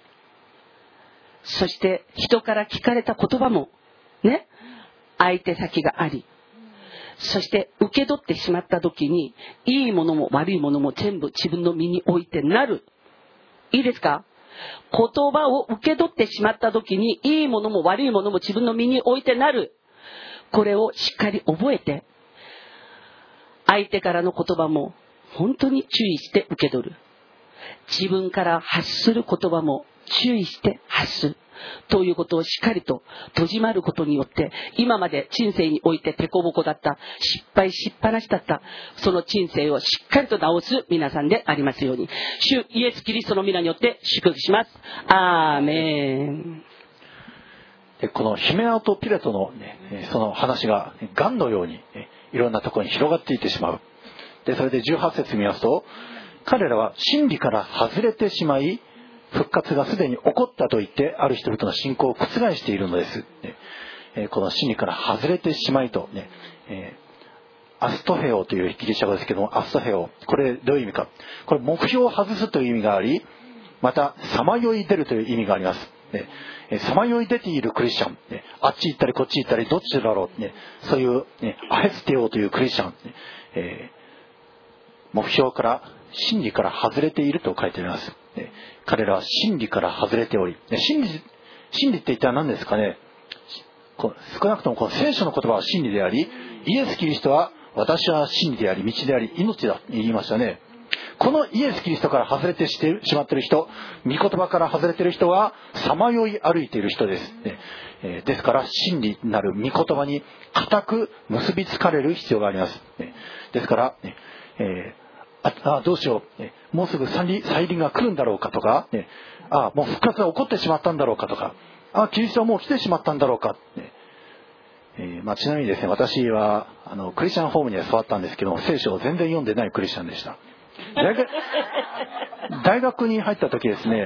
そして人から聞かれた言葉もね、相手先があり、そして受け取ってしまった時に、いいものも悪いものも全部自分の身に置いてなる。いいですか？言葉を受け取ってしまった時に、いいものも悪いものも自分の身に置いてなる。これをしっかり覚えて、相手からの言葉も本当に注意して受け取る。自分から発する言葉も注意して発するということをしっかりと閉じまることによって、今まで人生においてテコボコだった、失敗しっぱなしだったその人生をしっかりと直す皆さんでありますように、主イエスキリストの皆によって祝福します。アーメン。 でこのヒメナオとピラトの、その話がガンのように、いろんなところに広がっていってしまう。でそれで18節見ますと、彼らは真理から外れてしまい、復活がすでに起こったと言ってある人々の信仰を覆しているのです。この真理から外れてしまいと、アストヘオというギリシャ語ですけども、アストヘオ、これどういう意味か。これ目標を外すという意味があり、またさまよい出るという意味があります。さまよい出ているクリスチャン、あっち行ったりこっち行ったりどっちだろう、そういう、アヘステオというクリスチャン、目標から真理から外れていると書いてあります。彼らは真理から外れており、真理って一体何ですかね。少なくともこの聖書の言葉は真理であり、イエス・キリストは私は真理であり道であり命だと言いましたね。このイエス・キリストから外れてしまっている人、御言葉から外れている人はさまよい歩いている人です。ですから真理なる御言葉に固く結びつかれる必要があります。ですから、どうしよう、もうすぐ再臨が来るんだろうかとか、もう復活が起こってしまったんだろうかとか、キリストはもう来てしまったんだろうか、ちなみにですね、私はクリスチャンホームには育ったんですけども、聖書を全然読んでないクリスチャンでした。大学に入った時ですね、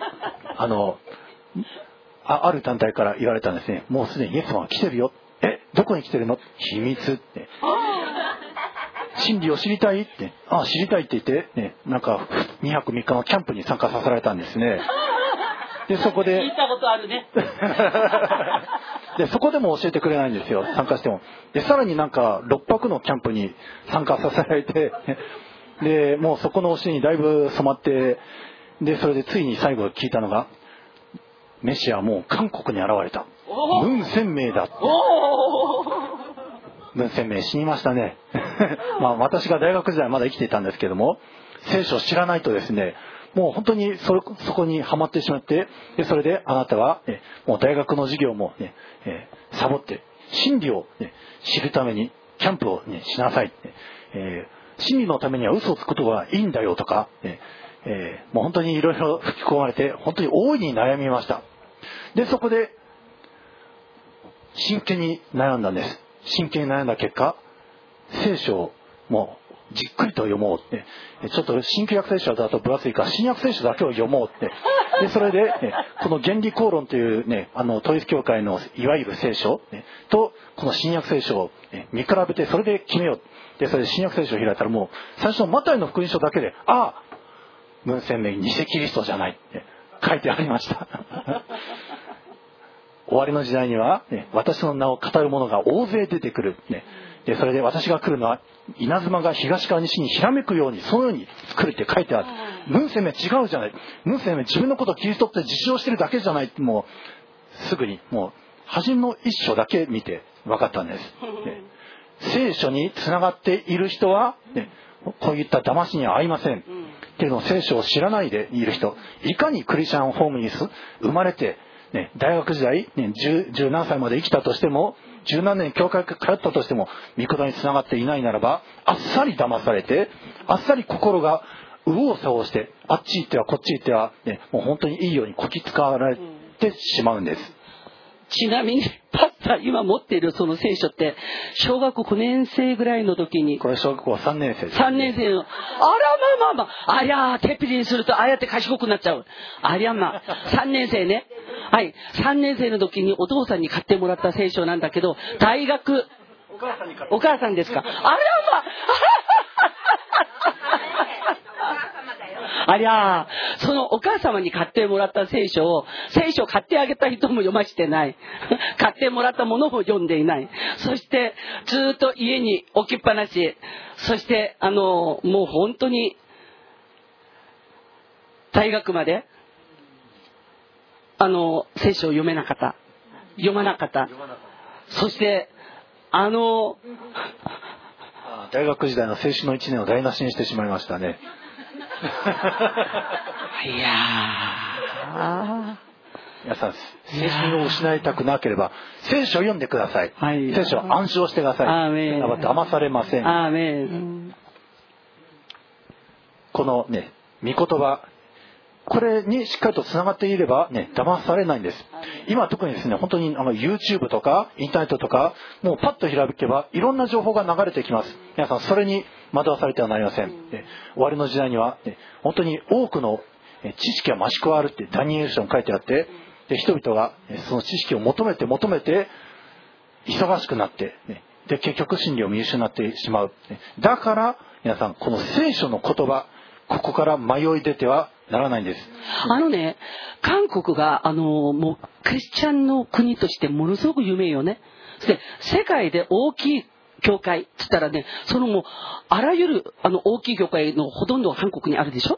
ある団体から言われたんですね。もうすでにイエス様は来てるよ。どこに来てるの？秘密って。真理を知りたいって、知りたいって言って、なんか2泊3日のキャンプに参加させられたんですね。でそこで聞いたことあるね。 でそこでも教えてくれないんですよ、参加しても。でさらになんか6泊のキャンプに参加させられて、でもうそこの教えにだいぶ染まって、でそれでついに最後聞いたのが、メシアはもう韓国に現れた、文鮮明だって。文鮮明死にましたね。私が大学時代まだ生きていたんですけども、聖書を知らないとですね、もう本当にそこにはまってしまって、でそれであなたは、もう大学の授業も、サボって真理を、知るためにキャンプを、しなさい、真理のためには嘘をつくことがいいんだよとか、もう本当にいろいろ吹き込まれて、本当に大いに悩みました。でそこで真剣に悩んだんです。真剣に悩んだ結果、聖書をもうじっくりと読もうって、ちょっと新旧約聖書だと分厚いから新約聖書だけを読もうって、でそれで、この原理公論というね、統一教会のいわゆる聖書、とこの新約聖書を、見比べて、それで決めよう。でそれで新約聖書を開いたら、もう最初のマタイの福音書だけで、文鮮明偽キリストじゃないって書いてありました。終わりの時代には、私の名を語る者が大勢出てくる。でそれで私が来るのは稲妻が東から西にひらめくように、そのように来るって書いてある。文鮮明違うじゃない。文鮮明自分のことをキリストって自称してるだけじゃない。もうすぐにもう初めの一章だけ見て分かったんです。聖書につながっている人は、こういった騙しには合いません。けれども聖書を知らないでいる人、いかにクリスチャンホームに生まれて、大学時代、十何歳まで生きたとしても、十何年教会通ったとしても、御言葉につながっていないならば、あっさり騙されて、あっさり心が右往左往して、あっち行ってはこっち行っては、もう本当にいいようにこき使われてしまうんです。 ちなみにパスタ今持っているその聖書って、小学校9年生ぐらいの時に、 これ小学校3年生です、 3年生の、ありゃー、手っぴりにするとああやって賢くなっちゃう。3年生ね。はい、3年生の時にお父さんに買ってもらった聖書なんだけど、大学、お母さんですか。そのお母様に買ってもらった聖書を買ってあげた人も読ましてない。買ってもらったものも読んでいない。そしてずっと家に置きっぱなし。そしてもう本当に大学まで聖書を読まなかった。そして大学時代の青春の1年を台無しにしてしまいましたね。 いや皆さん青春を失いたくなければ聖書を読んでください。 はい、 聖書は暗唱してください。 アーメン。 騙されません。 アーメン。 このね御言葉、これにしっかりとつながっていればね、騙されないんです。今特にですね、本当にYouTube とかインターネットとか、もうパッと開けばいろんな情報が流れてきます。皆さんそれに惑わされてはなりません。終わりの時代には、本当に多くの知識が増し加わるってダニエル書に書いてあって、で人々がその知識を求めて忙しくなって、で結局真理を見失ってしまう。だから皆さんこの聖書の言葉、ここから迷い出てはならないんです。 韓国がもうクリスチャンの国としてものすごく有名よね。で世界で大きい教会って言ったらね、そのもうあらゆる大きい教会のほとんどが韓国にあるでしょ。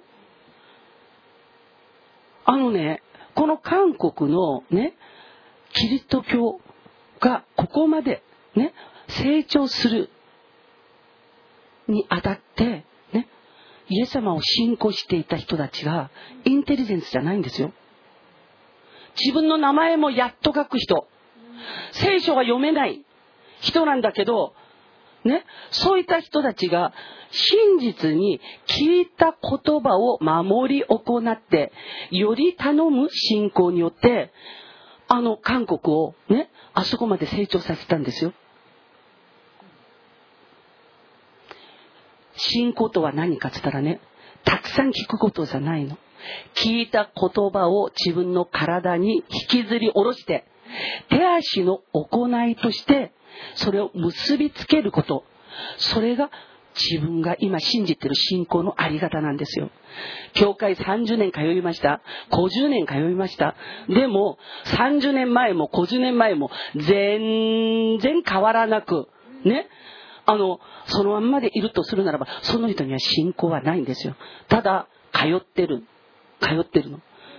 この韓国のねキリスト教がここまでね成長するにあたってね、イエス様を信仰していた人たちがインテリジェンスじゃないんですよ。自分の名前もやっと書く人、聖書が読めない人なんだけどね、そういった人たちが真実に聞いた言葉を守り行って、より頼む信仰によって韓国をねあそこまで成長させたんですよ。信仰とは何かって言ったらね、たくさん聞くことじゃないの。聞いた言葉を自分の体に引きずり下ろして、手足の行いとしてそれを結びつけること、それが自分が今信じている信仰のあり方なんですよ。教会30年通いました。50年通いました。でも30年前も50年前も全然変わらなくね、そのまんまでいるとするならば、その人には信仰はないんですよ。ただ通ってるの。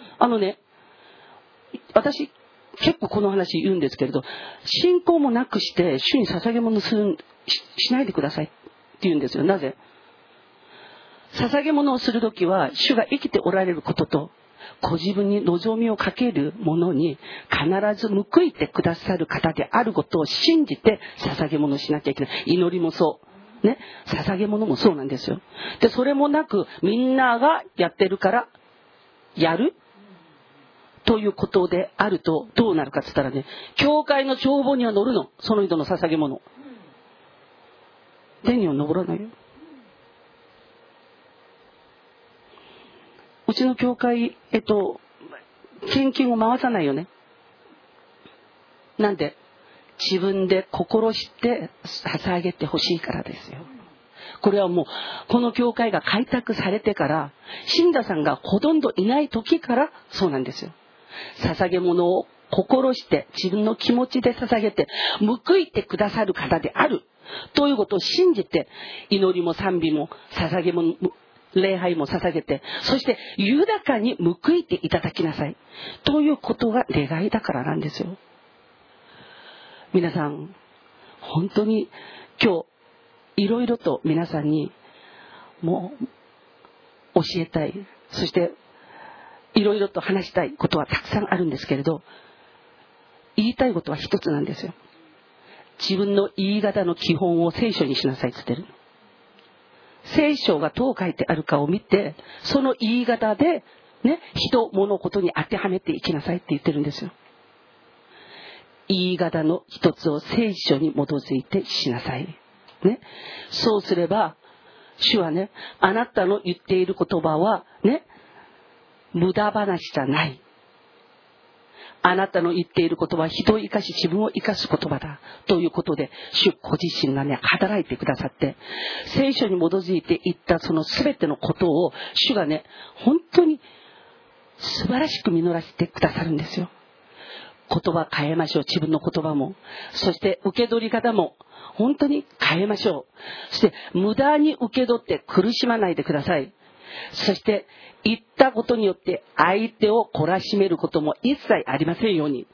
私結構この話言うんですけれど、信仰もなくして主に捧げ物しないでくださいって言うんですよ。なぜ？捧げ物をするときは主が生きておられることとご自分に望みをかけるものに必ず報いてくださる方であることを信じて捧げ物をしなきゃいけない。祈りもそうね、捧げ物もそうなんですよ。でそれもなくみんながやってるからやるということであるとどうなるかって言ったらね、教会の帳簿には載るの、その人の捧げ物。天には昇らないよ。うちの教会献金を回さないよね。なんで？自分で心して捧げてほしいからですよ。これはもうこの教会が開拓されてから、信者さんがほとんどいない時からそうなんですよ。捧げ物を心して自分の気持ちで捧げて報いてくださる方であるということを信じて、祈りも賛美も捧げ物礼拝も捧げて、そして豊かに報いていただきなさいということが願いだからなんですよ。皆さん本当に今日いろいろと皆さんにもう教えたい、そしていろいろと話したいことはたくさんあるんですけれど、言いたいことは一つなんですよ。自分の言い方の基本を聖書にしなさいって言ってる。聖書がどう書いてあるかを見て、その言い方でね、人物事に当てはめていきなさいって言ってるんですよ。言い方の一つを聖書に基づいてしなさいね。そうすれば主はね、あなたの言っている言葉はね、無駄話じゃない。あなたの言っている言葉は人を生かし自分を生かす言葉だということで、主ご自身がね働いてくださって、聖書に基づいていったその全てのことを主がね本当に素晴らしく実らせてくださるんですよ。言葉変えましょう。自分の言葉も、そして受け取り方も本当に変えましょう。そして無駄に受け取って苦しまないでください。そして言ったことによって相手を懲らしめることも一切ありませんように。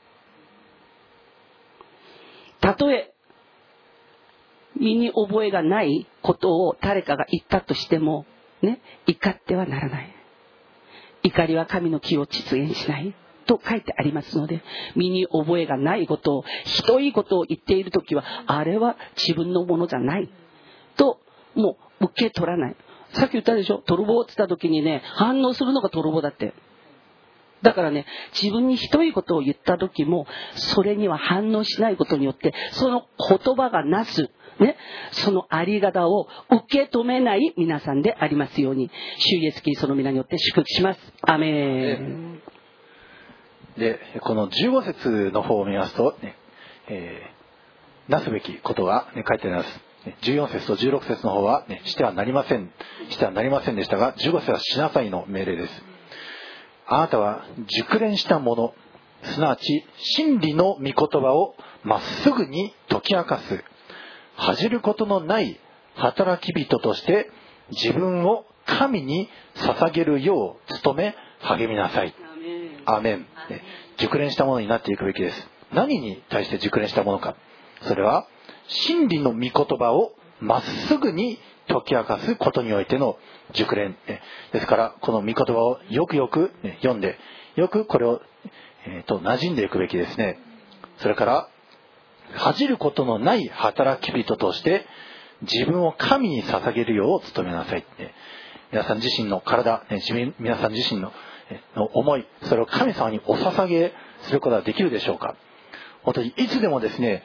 たとえ身に覚えがないことを誰かが言ったとしてもね、怒ってはならない。怒りは神の義を実現しないと書いてありますので、身に覚えがないことを、ひどいことを言っているときは、あれは自分のものじゃないと、もう受け取らない。さっき言ったでしょ、泥棒って言ったときにね、反応するのが泥棒だって。だからね、自分にひどいことを言ったときも、それには反応しないことによって、その言葉がなすね、そのあり方を受け止めない皆さんでありますように、主イエスキリストの皆によって祝福します。アメン。 で、この15節の方を見ますと、ね、なすべきことが、ね、書いてあります。14節と16節の方は、ね、してはなりませんでしたが、15節はしなさいの命令です。あなたは熟練したもの、すなわち真理の御言葉をまっすぐに解き明かす、恥じることのない働き人として自分を神に捧げるよう努め励みなさい。アーメン。熟練したものになっていくべきです。何に対して熟練したものか。それは真理の御言葉をまっすぐに解き明かすことにおいての熟練ですから、この御言葉をよくよく読んで、よくこれを馴染んでいくべきですね。それから恥じることのない働き人として自分を神に捧げるよう努めなさい。皆さん自身の体、皆さん自身の思い、それを神様にお捧げすることができるでしょうか。本当にいつでもですね、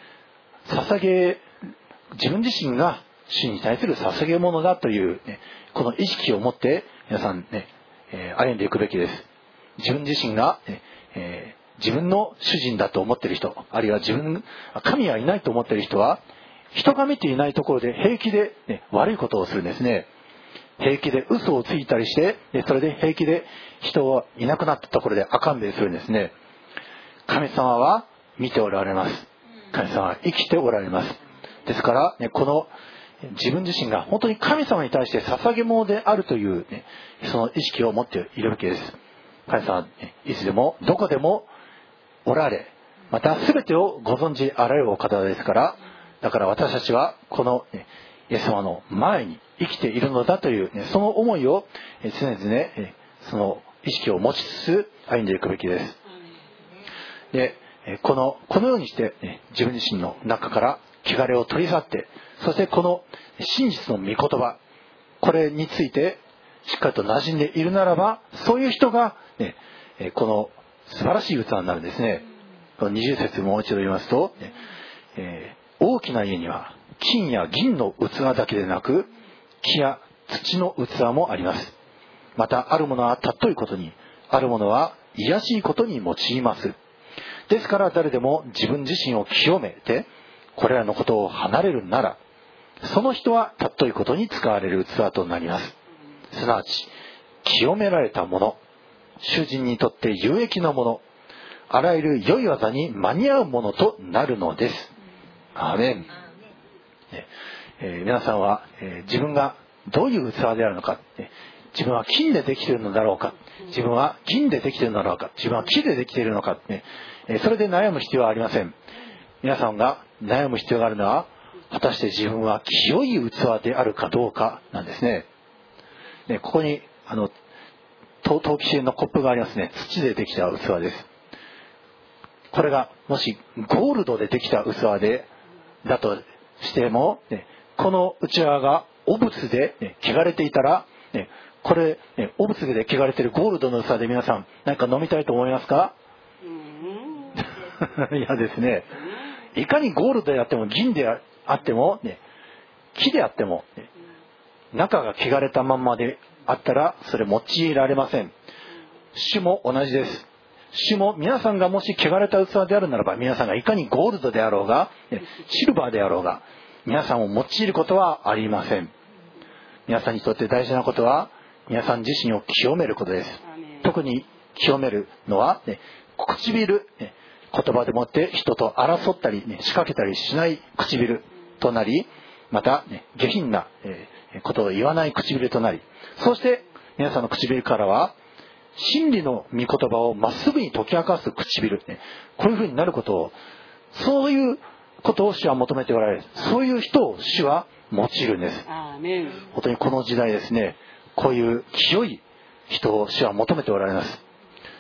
自分自身が主に対する捧げ物だという、この意識を持って皆さんね、歩んでいくべきです。自分自身が、自分の主人だと思っている人、あるいは神はいないと思っている人は、人が見ていないところで平気で、悪いことをするんですね。平気で嘘をついたりして、それで平気で人がいなくなったところであかんべいするんですね。神様は見ておられます。神様は生きておられます。ですから、この自分自身が本当に神様に対して捧げ物であるという、その意識を持っているわけです。神様はいつでもどこでもおられ、また全てをご存知あられるお方ですから、だから私たちはこのイエス様の前に生きているのだという、その思いを常々その意識を持ちつつ歩んでいくべきです。で、このようにして、自分自身の中から汚れを取り去って、そしてこの真実の御言葉、これについてしっかりと馴染んでいるならば、そういう人が、この素晴らしい器になるんですね。この20節もう一度言いますと、大きな家には金や銀の器だけでなく、木や土の器もあります。またあるものは尊いことに、あるものは卑しいことに用います。ですから誰でも自分自身を清めて、これらのことを離れるなら、その人は尊いことに使われる器となります。すなわち清められたもの、主人にとって有益なもの、あらゆる良い技に間に合うものとなるのです。アーメン。皆さんは、自分がどういう器であるのか、自分は金でできているのだろうか、自分は銀でできているのだろうか、自分は木でできているのか、それで悩む必要はありません。皆さんが悩む必要があるのは、果たして自分は清い器であるかどうかなんですね。ここに陶器製のコップがありますね。土でできた器です。これがもしゴールドでできた器だとしても、この内側が汚物で汚れていたら、これ汚物で汚れているゴールドの器で皆さん何か飲みたいと思いますか？いやですね、いかにゴールドであっても銀であっても、木であっても、中が汚れたままであったらそれ用いられません。主も同じです。主も皆さんがもし汚れた器であるならば、皆さんがいかにゴールドであろうがシルバーであろうが、皆さんを用いることはありません。皆さんにとって大事なことは、皆さん自身を清めることです。特に清めるのは、唇、言葉でもって人と争ったり、仕掛けたりしない唇となり、また、下品なことを言わない唇となり、そして皆さんの唇からは真理の御言葉をまっすぐに解き明かす唇、こういうふうになることを、そういうことを主は求めておられる。そういう人を主は用いるんです。本当にこの時代ですね、こういう清い人を主は求めておられます。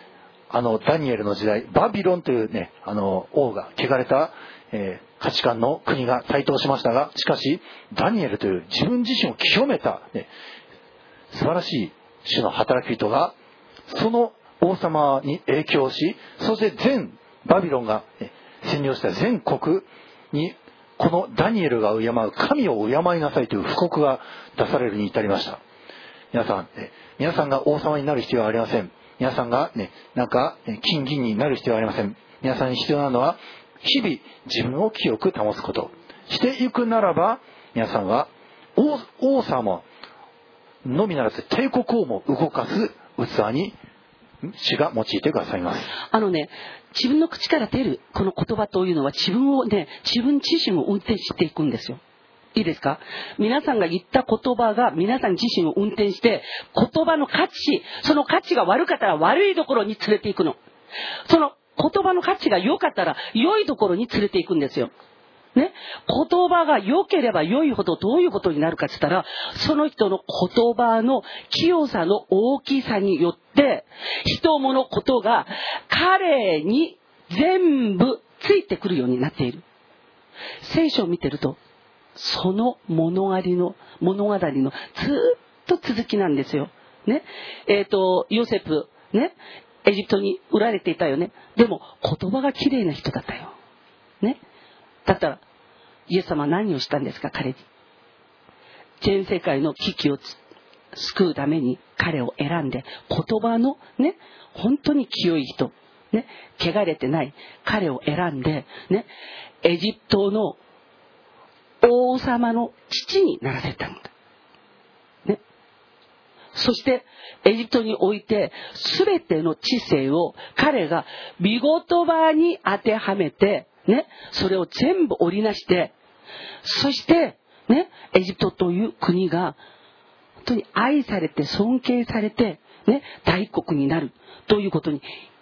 ダニエルの時代、バビロンというね、王が、汚れた、価値観の国が台頭しましたが、しかしダニエルという自分自身を清めた、ね、素晴らしい主の働き人がその王様に影響し、そして全バビロンが、ね、占領した全国にこのダニエルが敬う神を敬いなさいという布告が出されるに至りました。皆さんが王様になる必要はありません。皆さんがね、金銀になる必要はありません。皆さんに必要なのは日々自分を清く保つことしていくならば、皆さんは王様のみならず帝国王も動かす器に主が用いてくださいます。 自分の口から出るこの言葉というのは自分自身を運転していくんですよ。いいですか？皆さんが言った言葉が皆さん自身を運転して、言葉の価値、その価値が悪かったら悪いところに連れていくの。その言葉の価値が良かったら良いところに連れていくんですよ。ね、言葉が良ければ良いほどどういうことになるかって言ったら、その人の言葉の清さの大きさによって人物ことが彼に全部ついてくるようになっている。聖書を見てるとその物語のずっと続きなんですよ。ね、ヨセフね、エジプトに売られていたよね。でも言葉が綺麗な人だったよ。ね。だったらイエス様は何をしたんですか？彼に全世界の危機を救うために彼を選んで、言葉のね、本当に清い人ね、汚れてない彼を選んでね、エジプトの王様の父にならせたんだ、ね、そしてエジプトにおいて全ての知性を彼が御言葉に当てはめて、ね、それを全部織りなして、そして、ね、エジプトという国が本当に愛されて尊敬されて、ね、大国になるということに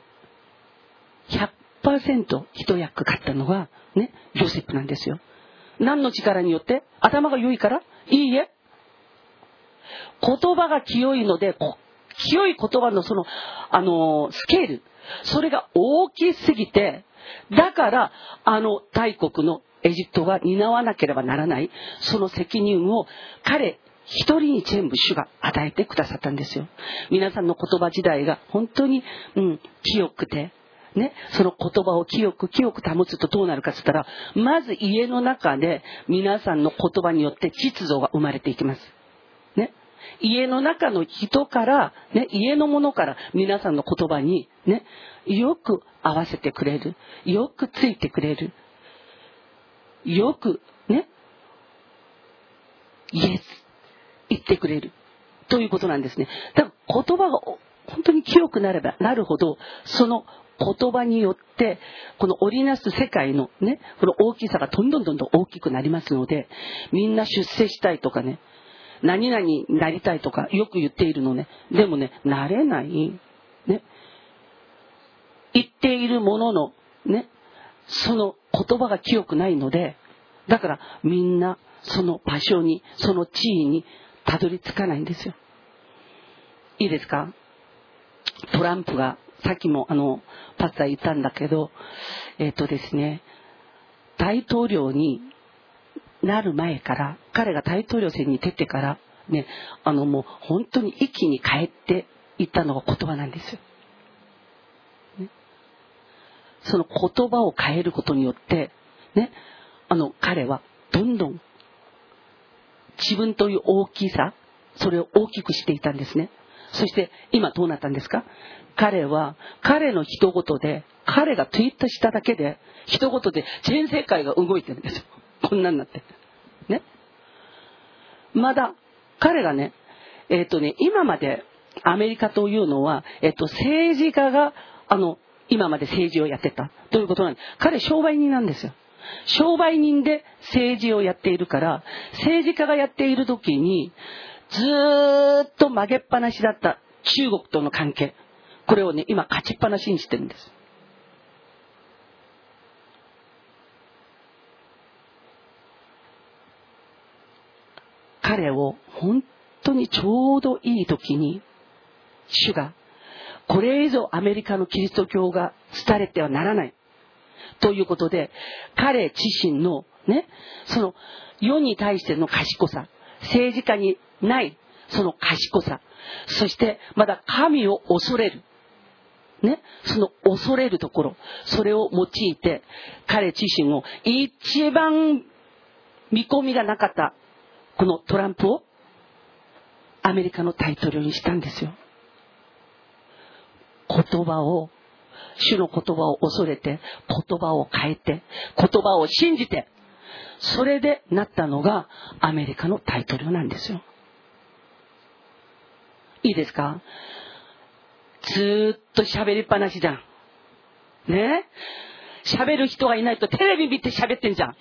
100% 一役買ったのが、ね、ヨセフなんですよ。何の力によって？頭が良いから？いいえ。言葉が清いので、清い言葉のその、スケール、それが大きすぎて、だから大国のエジプトが担わなければならないその責任を彼一人に全部主が与えてくださったんですよ。皆さんの言葉時代が本当に、清くてね、その言葉を清く保つとどうなるかって言ったら、まず家の中で皆さんの言葉によって秩序が生まれていきます。ね、家の中の人から、ね、家のものから皆さんの言葉に、ね、よく合わせてくれる、よくついてくれる、よくね、イエス言ってくれるということなんですね。だから言葉が本当に清くなればなるほど、その言葉によってこの織りなす世界のね、この大きさがどんどん大きくなりますので、みんな出世したいとかね、何々になりたいとかよく言っているのね。でもね、なれないね、言っているもののね、その言葉が清くないので、だからみんなその場所に、その地位にたどり着かないんですよ。いいですか？トランプがさっきもパスタ言ったんだけど、ですね、大統領になる前から、彼が大統領選に出てからね、もう本当に一気に変えていったのが言葉なんですよ。ね、その言葉を変えることによってね、彼はどんどん自分という大きさ、それを大きくしていたんですね。そして今どうなったんですか？彼は彼の一言で、彼がツイートしただけで一言で全世界が動いてるんですよ。こんなになってね。まだ彼がね、今までアメリカというのは、政治家が今まで政治をやってたということなんです。彼商売人なんですよ。商売人で政治をやっているから、政治家がやっている時にずっと曲げっぱなしだった中国との関係、これをね、今勝ちっぱなしにしてるんです。彼を本当にちょうどいい時に主がこれ以上アメリカのキリスト教が廃れてはならないということで、彼自身のね、その世に対しての賢さ、政治家にないその賢さ、そしてまだ神を恐れるね、その恐れるところ、それを用いて彼自身を一番見込みがなかったこのトランプをアメリカの大統領にしたんですよ。言葉を、主の言葉を恐れて、言葉を変えて、言葉を信じて、それでなったのがアメリカの大統領なんですよ。いいですか？ずーっと喋りっぱなしじゃんね。喋る人がいないとテレビ見て喋ってんじゃん。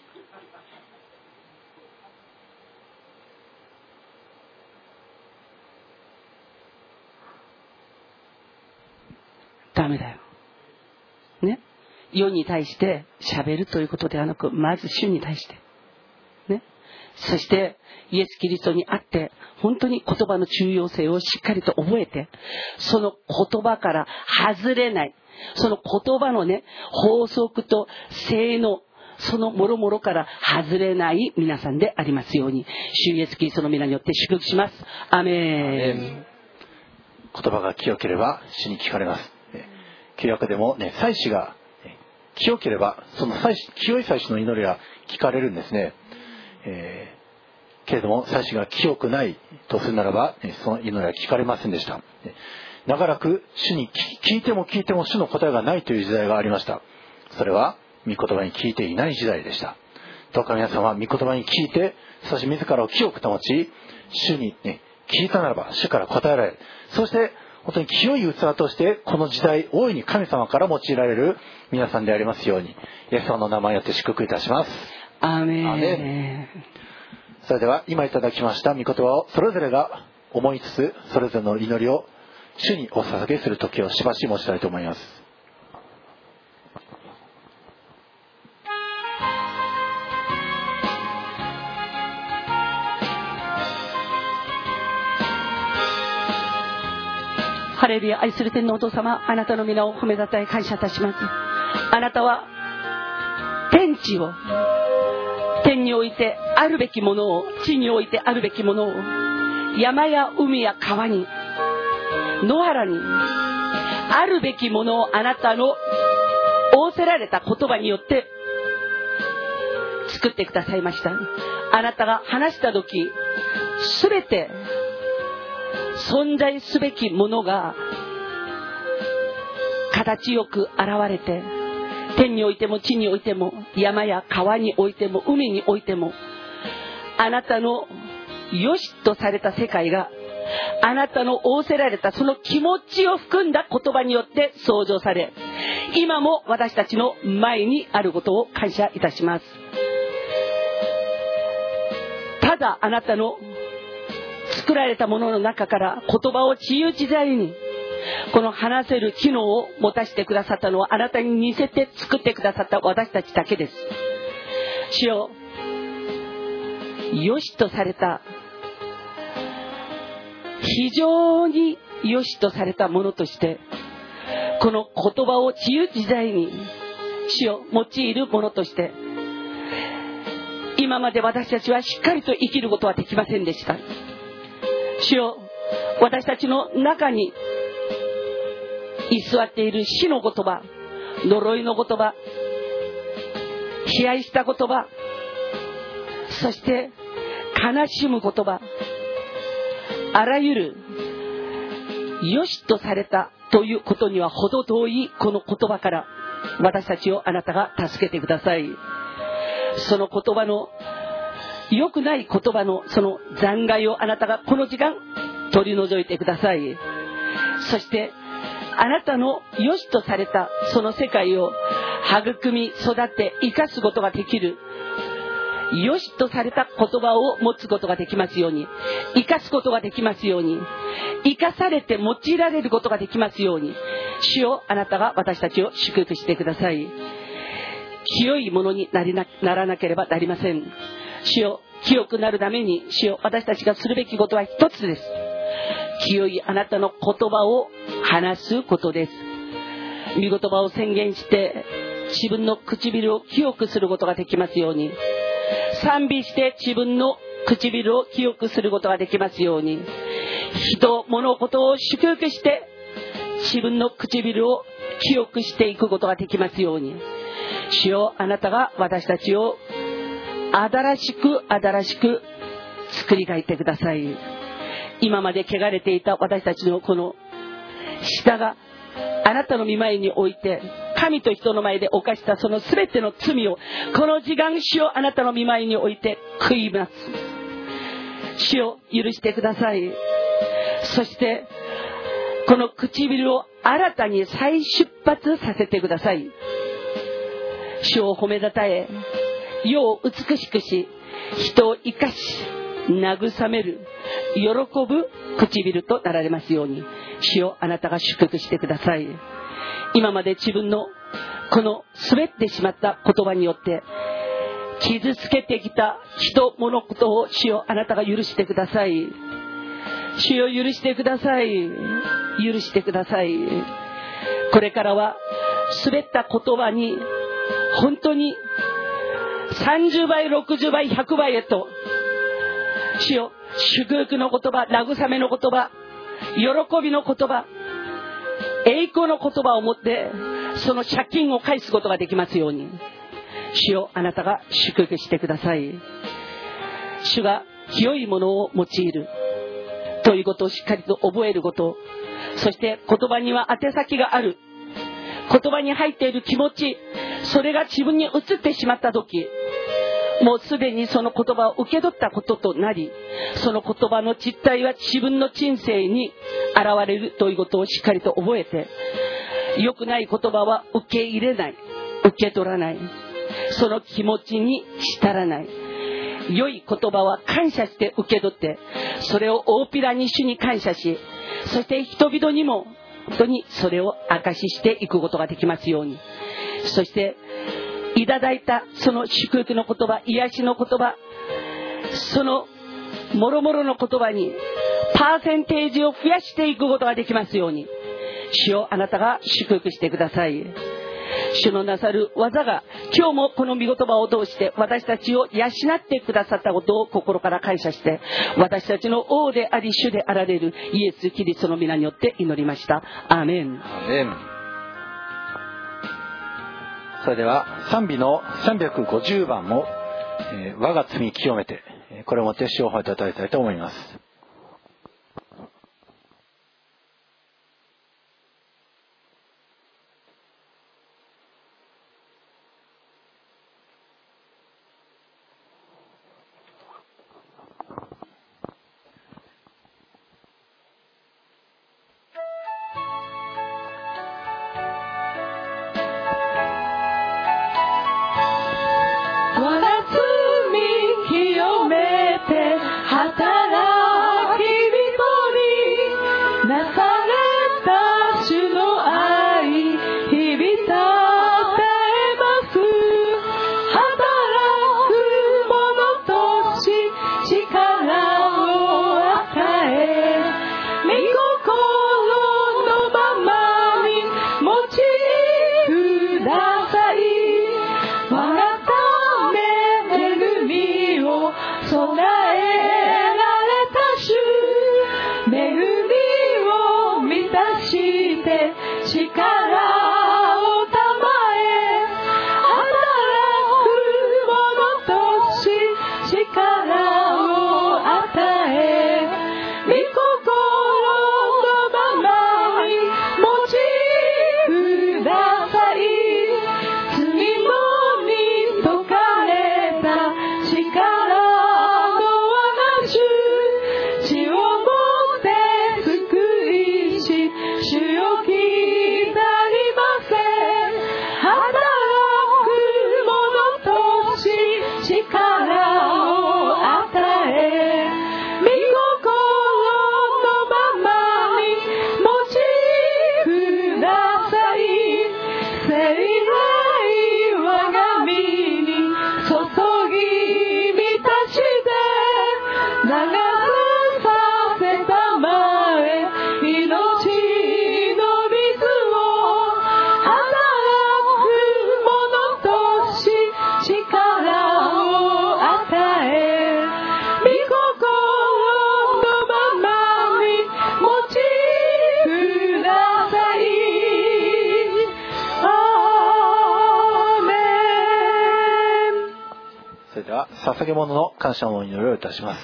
ダメだよね。世に対して喋るということではなく、まず主に対してね。そしてイエス・キリストにあって本当に言葉の重要性をしっかりと覚えて、その言葉から外れない、その言葉のね、法則と性能、そのもろもろから外れない皆さんでありますように、主イエス・キリストの皆によって祝福します。アメン。 言葉が清ければ主に聞かれます。旧約でもね、祭司が清ければその清い祭司の祈りが聞かれるんですね。けれども祭司が清くないとするならば、その祈りは聞かれませんでした。長らく主に聞いても主の答えがないという時代がありました。それは御言葉に聞いていない時代でした。どうか皆さんは御言葉に聞いて、そして自らを清く保ち、主に、聞いたならば主から答えられる。そして本当に清い器としてこの時代大いに神様から用いられる皆さんでありますように、イエス様の名前によって祝福いたします。 アーメン。アーメン。 それでは今いただきました御言葉をそれぞれが思いつつ、それぞれの祈りを主にお捧げする時をしばし持ちたいと思います。 ハレルヤ。愛する天のお父様、あなたの皆を褒めたたえ感謝いたします。あなたは天地を、天においてあるべきものを、地においてあるべきものを、山や海や川に、野原にあるべきものをあなたの仰せられた言葉によって作ってくださいました。あなたが話した時、すべて存在すべきものが形よく現れて、天においても地においても山や川においても海においても、あなたの良しとされた世界があなたの仰せられたその気持ちを含んだ言葉によって創造され、今も私たちの前にあることを感謝いたします。ただあなたの作られたものの中から言葉を自由自在にこの話せる機能を持たせてくださったのは、あなたに似せて作ってくださった私たちだけです。主よ、良しとされた、非常に良しとされたものとして、この言葉を自由自在に主を用いるものとして、今まで私たちはしっかりと生きることはできませんでした。主よ、私たちの中に居座っている死の言葉、呪いの言葉、悲哀した言葉、そして悲しむ言葉、あらゆる良しとされたということには程遠いこの言葉から私たちをあなたが助けてください。その言葉の良くない言葉のその残骸をあなたがこの時間取り除いてください。そしてあなたの良しとされたその世界を育み育て生かすことができる、良しとされた言葉を持つことができますように、生かすことができますように、生かされて用いられることができますように、主よ、あなたが私たちを祝福してください。清いものにならなければなりません。主よ、清くなるために主よ、私たちがするべきことは一つです。 清いあなたの言葉を話すことです。御言葉を宣言して自分の唇を清くすることができますように、賛美して自分の唇を清くすることができますように、人物事を祝福して自分の唇を清くしていくことができますように、主よ、あなたが私たちを新しく作り変えてください。今まで汚れていた私たちのこの舌があなたの御前に置いて、神と人の前で犯したその全ての罪をこの時間、主よ、あなたの御前に置いて悔います。主よ、許してください。そしてこの唇を新たに再出発させてください。主を褒めたたえ、世を美しくし、人を生かし慰める喜ぶ唇となられますように、主よ、あなたが祝福してください。今まで自分のこの滑ってしまった言葉によって傷つけてきた人物事を、主よ、あなたが許してください。主よ、許してください。許してください。これからは滑った言葉に本当に30倍60倍100倍へと、主よ、祝福の言葉、慰めの言葉、喜びの言葉、栄光の言葉を持ってその借金を返すことができますように、主よ、あなたが祝福してください。主が清いものを用いるということをしっかりと覚えること、そして言葉には宛先がある、言葉に入っている気持ち、それが自分に移ってしまった時、もうすでにその言葉を受け取ったこととなり、その言葉の実態は自分の人生に現れるということをしっかりと覚えて、良くない言葉は受け入れない、受け取らない、その気持ちに浸らない。良い言葉は感謝して受け取って、それを大っぴらに主に感謝し、そして人々にも本当にそれを証ししていくことができますように、そしていただいたその祝福の言葉、癒しの言葉、そのもろもろの言葉にパーセンテージを増やしていくことができますように、主よ、あなたが祝福してください。主のなさる技が今日もこの御言葉を通して私たちを養ってくださったことを心から感謝して、私たちの王であり主であられるイエス・キリストの皆によって祈りました。アーメン。 アーメン。それでは賛美の350番も、我が罪清めて、これをもって主を褒めたたえたいと思います。 我が罪清めて働捧げ物の感謝の祈りをいたします。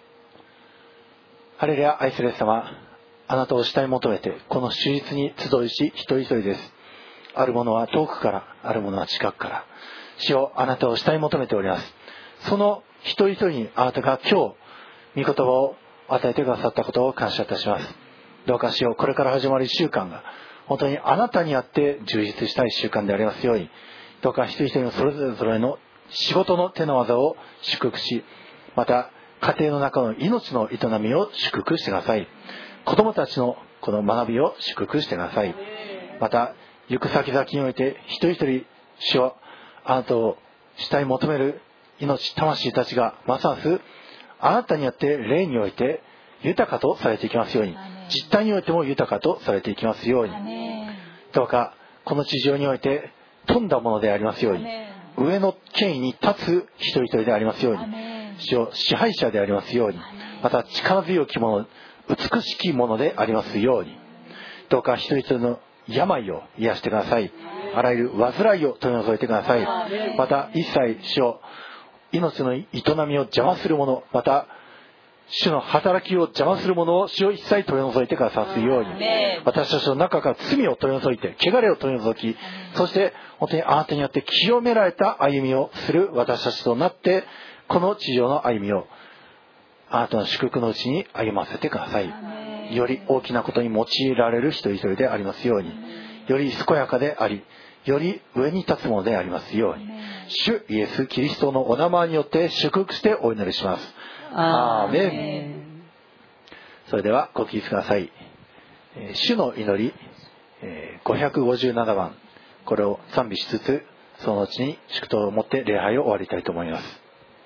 ハレルヤ、愛するイエス様、あなたを慕い求めてこの主日に集いし、一人一人です。ある者は遠くから、ある者は近くから、主よ、あなたを慕い求めております。その一人一人にあなたが今日御言葉を与えてくださったことを感謝いたします。どうか主よ、これから始まる1週間が本当にあなたにあって充実した1週間でありますように、どうか一人一人のそれぞれの仕事の手の技を祝福し、また家庭の中の命の営みを祝福してください。子供たちのこの学びを祝福してください。また行く先々において一人一人主よ、あなたを慕い求める命魂たちがますますあなたによって霊において豊かとされていきますように、実体においても豊かとされていきますように、どうかこの地上において富んだものでありますように、上の権威に立つ一人一人でありますように、主よ、支配者でありますように、また力強きもの、美しきものでありますように、どうか一人一人の病を癒してください。あらゆる患いを取り除いてください。また一切主よ、命の営みを邪魔するもの、また主の働きを邪魔するものを主を一切取り除いてくださるように、私たちの中から罪を取り除いて、汚れを取り除き、そして本当にあなたによって清められた歩みをする私たちとなって、この地上の歩みをあなたの祝福のうちに歩ませてください。より大きなことに用いられる一人一人でありますように、より健やかであり、より上に立つものでありますように、主イエスキリストのお名前によって祝福してお祈りします。アーメン。それではご起立ください。主の祈り、557番、これを賛美しつつ、そのうちに祝祷を持って礼拝を終わりたいと思います。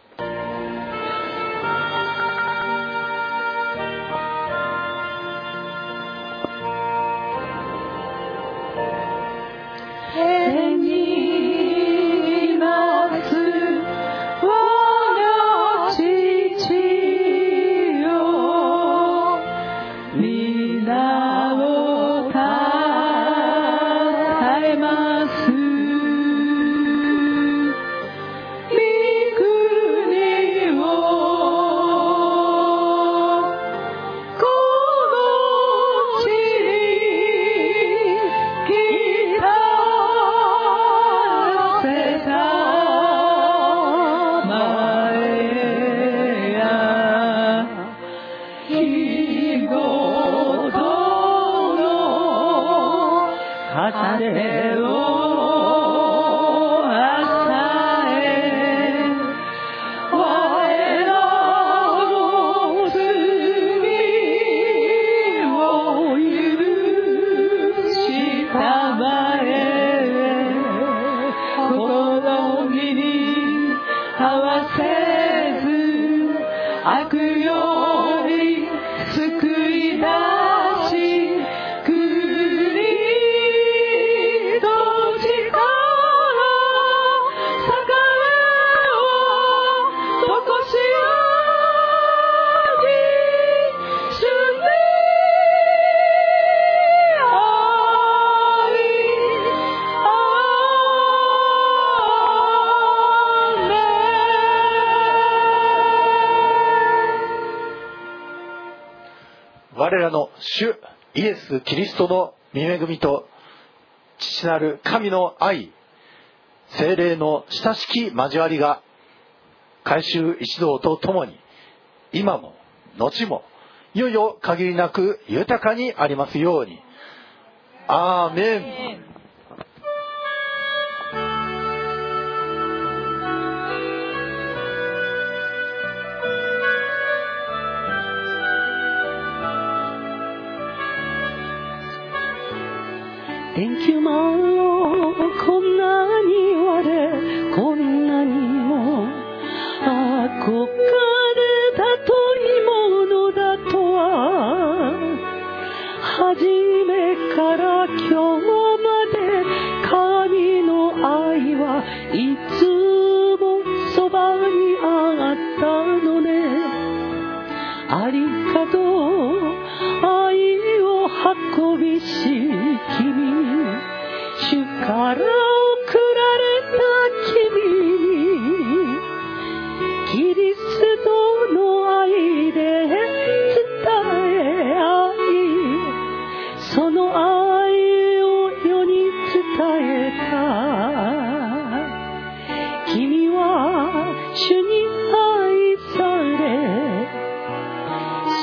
我らの主イエス・キリストの御恵みと父なる神の愛、聖霊の親しき交わりが改宗一同とともに今も後もいよいよ限りなく豊かにありますように。アーメン。 Thank you, my Lord. こんなに我こんなにも憧れたというものだとは、初めから今日まで神の愛はいつもそばにあったのね。ありがとう。愛を運びし君、主から送られた君に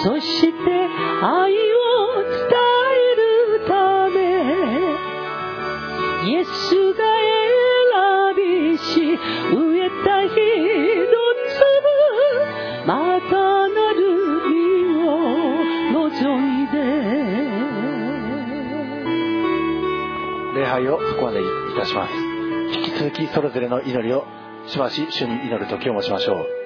そして愛を伝えるためイエスが選びし植えた一粒またなる実を望みで。 礼拝をそこまでいたします。引き続きそれぞれの祈りをしばし主に祈る時を持ちましょう。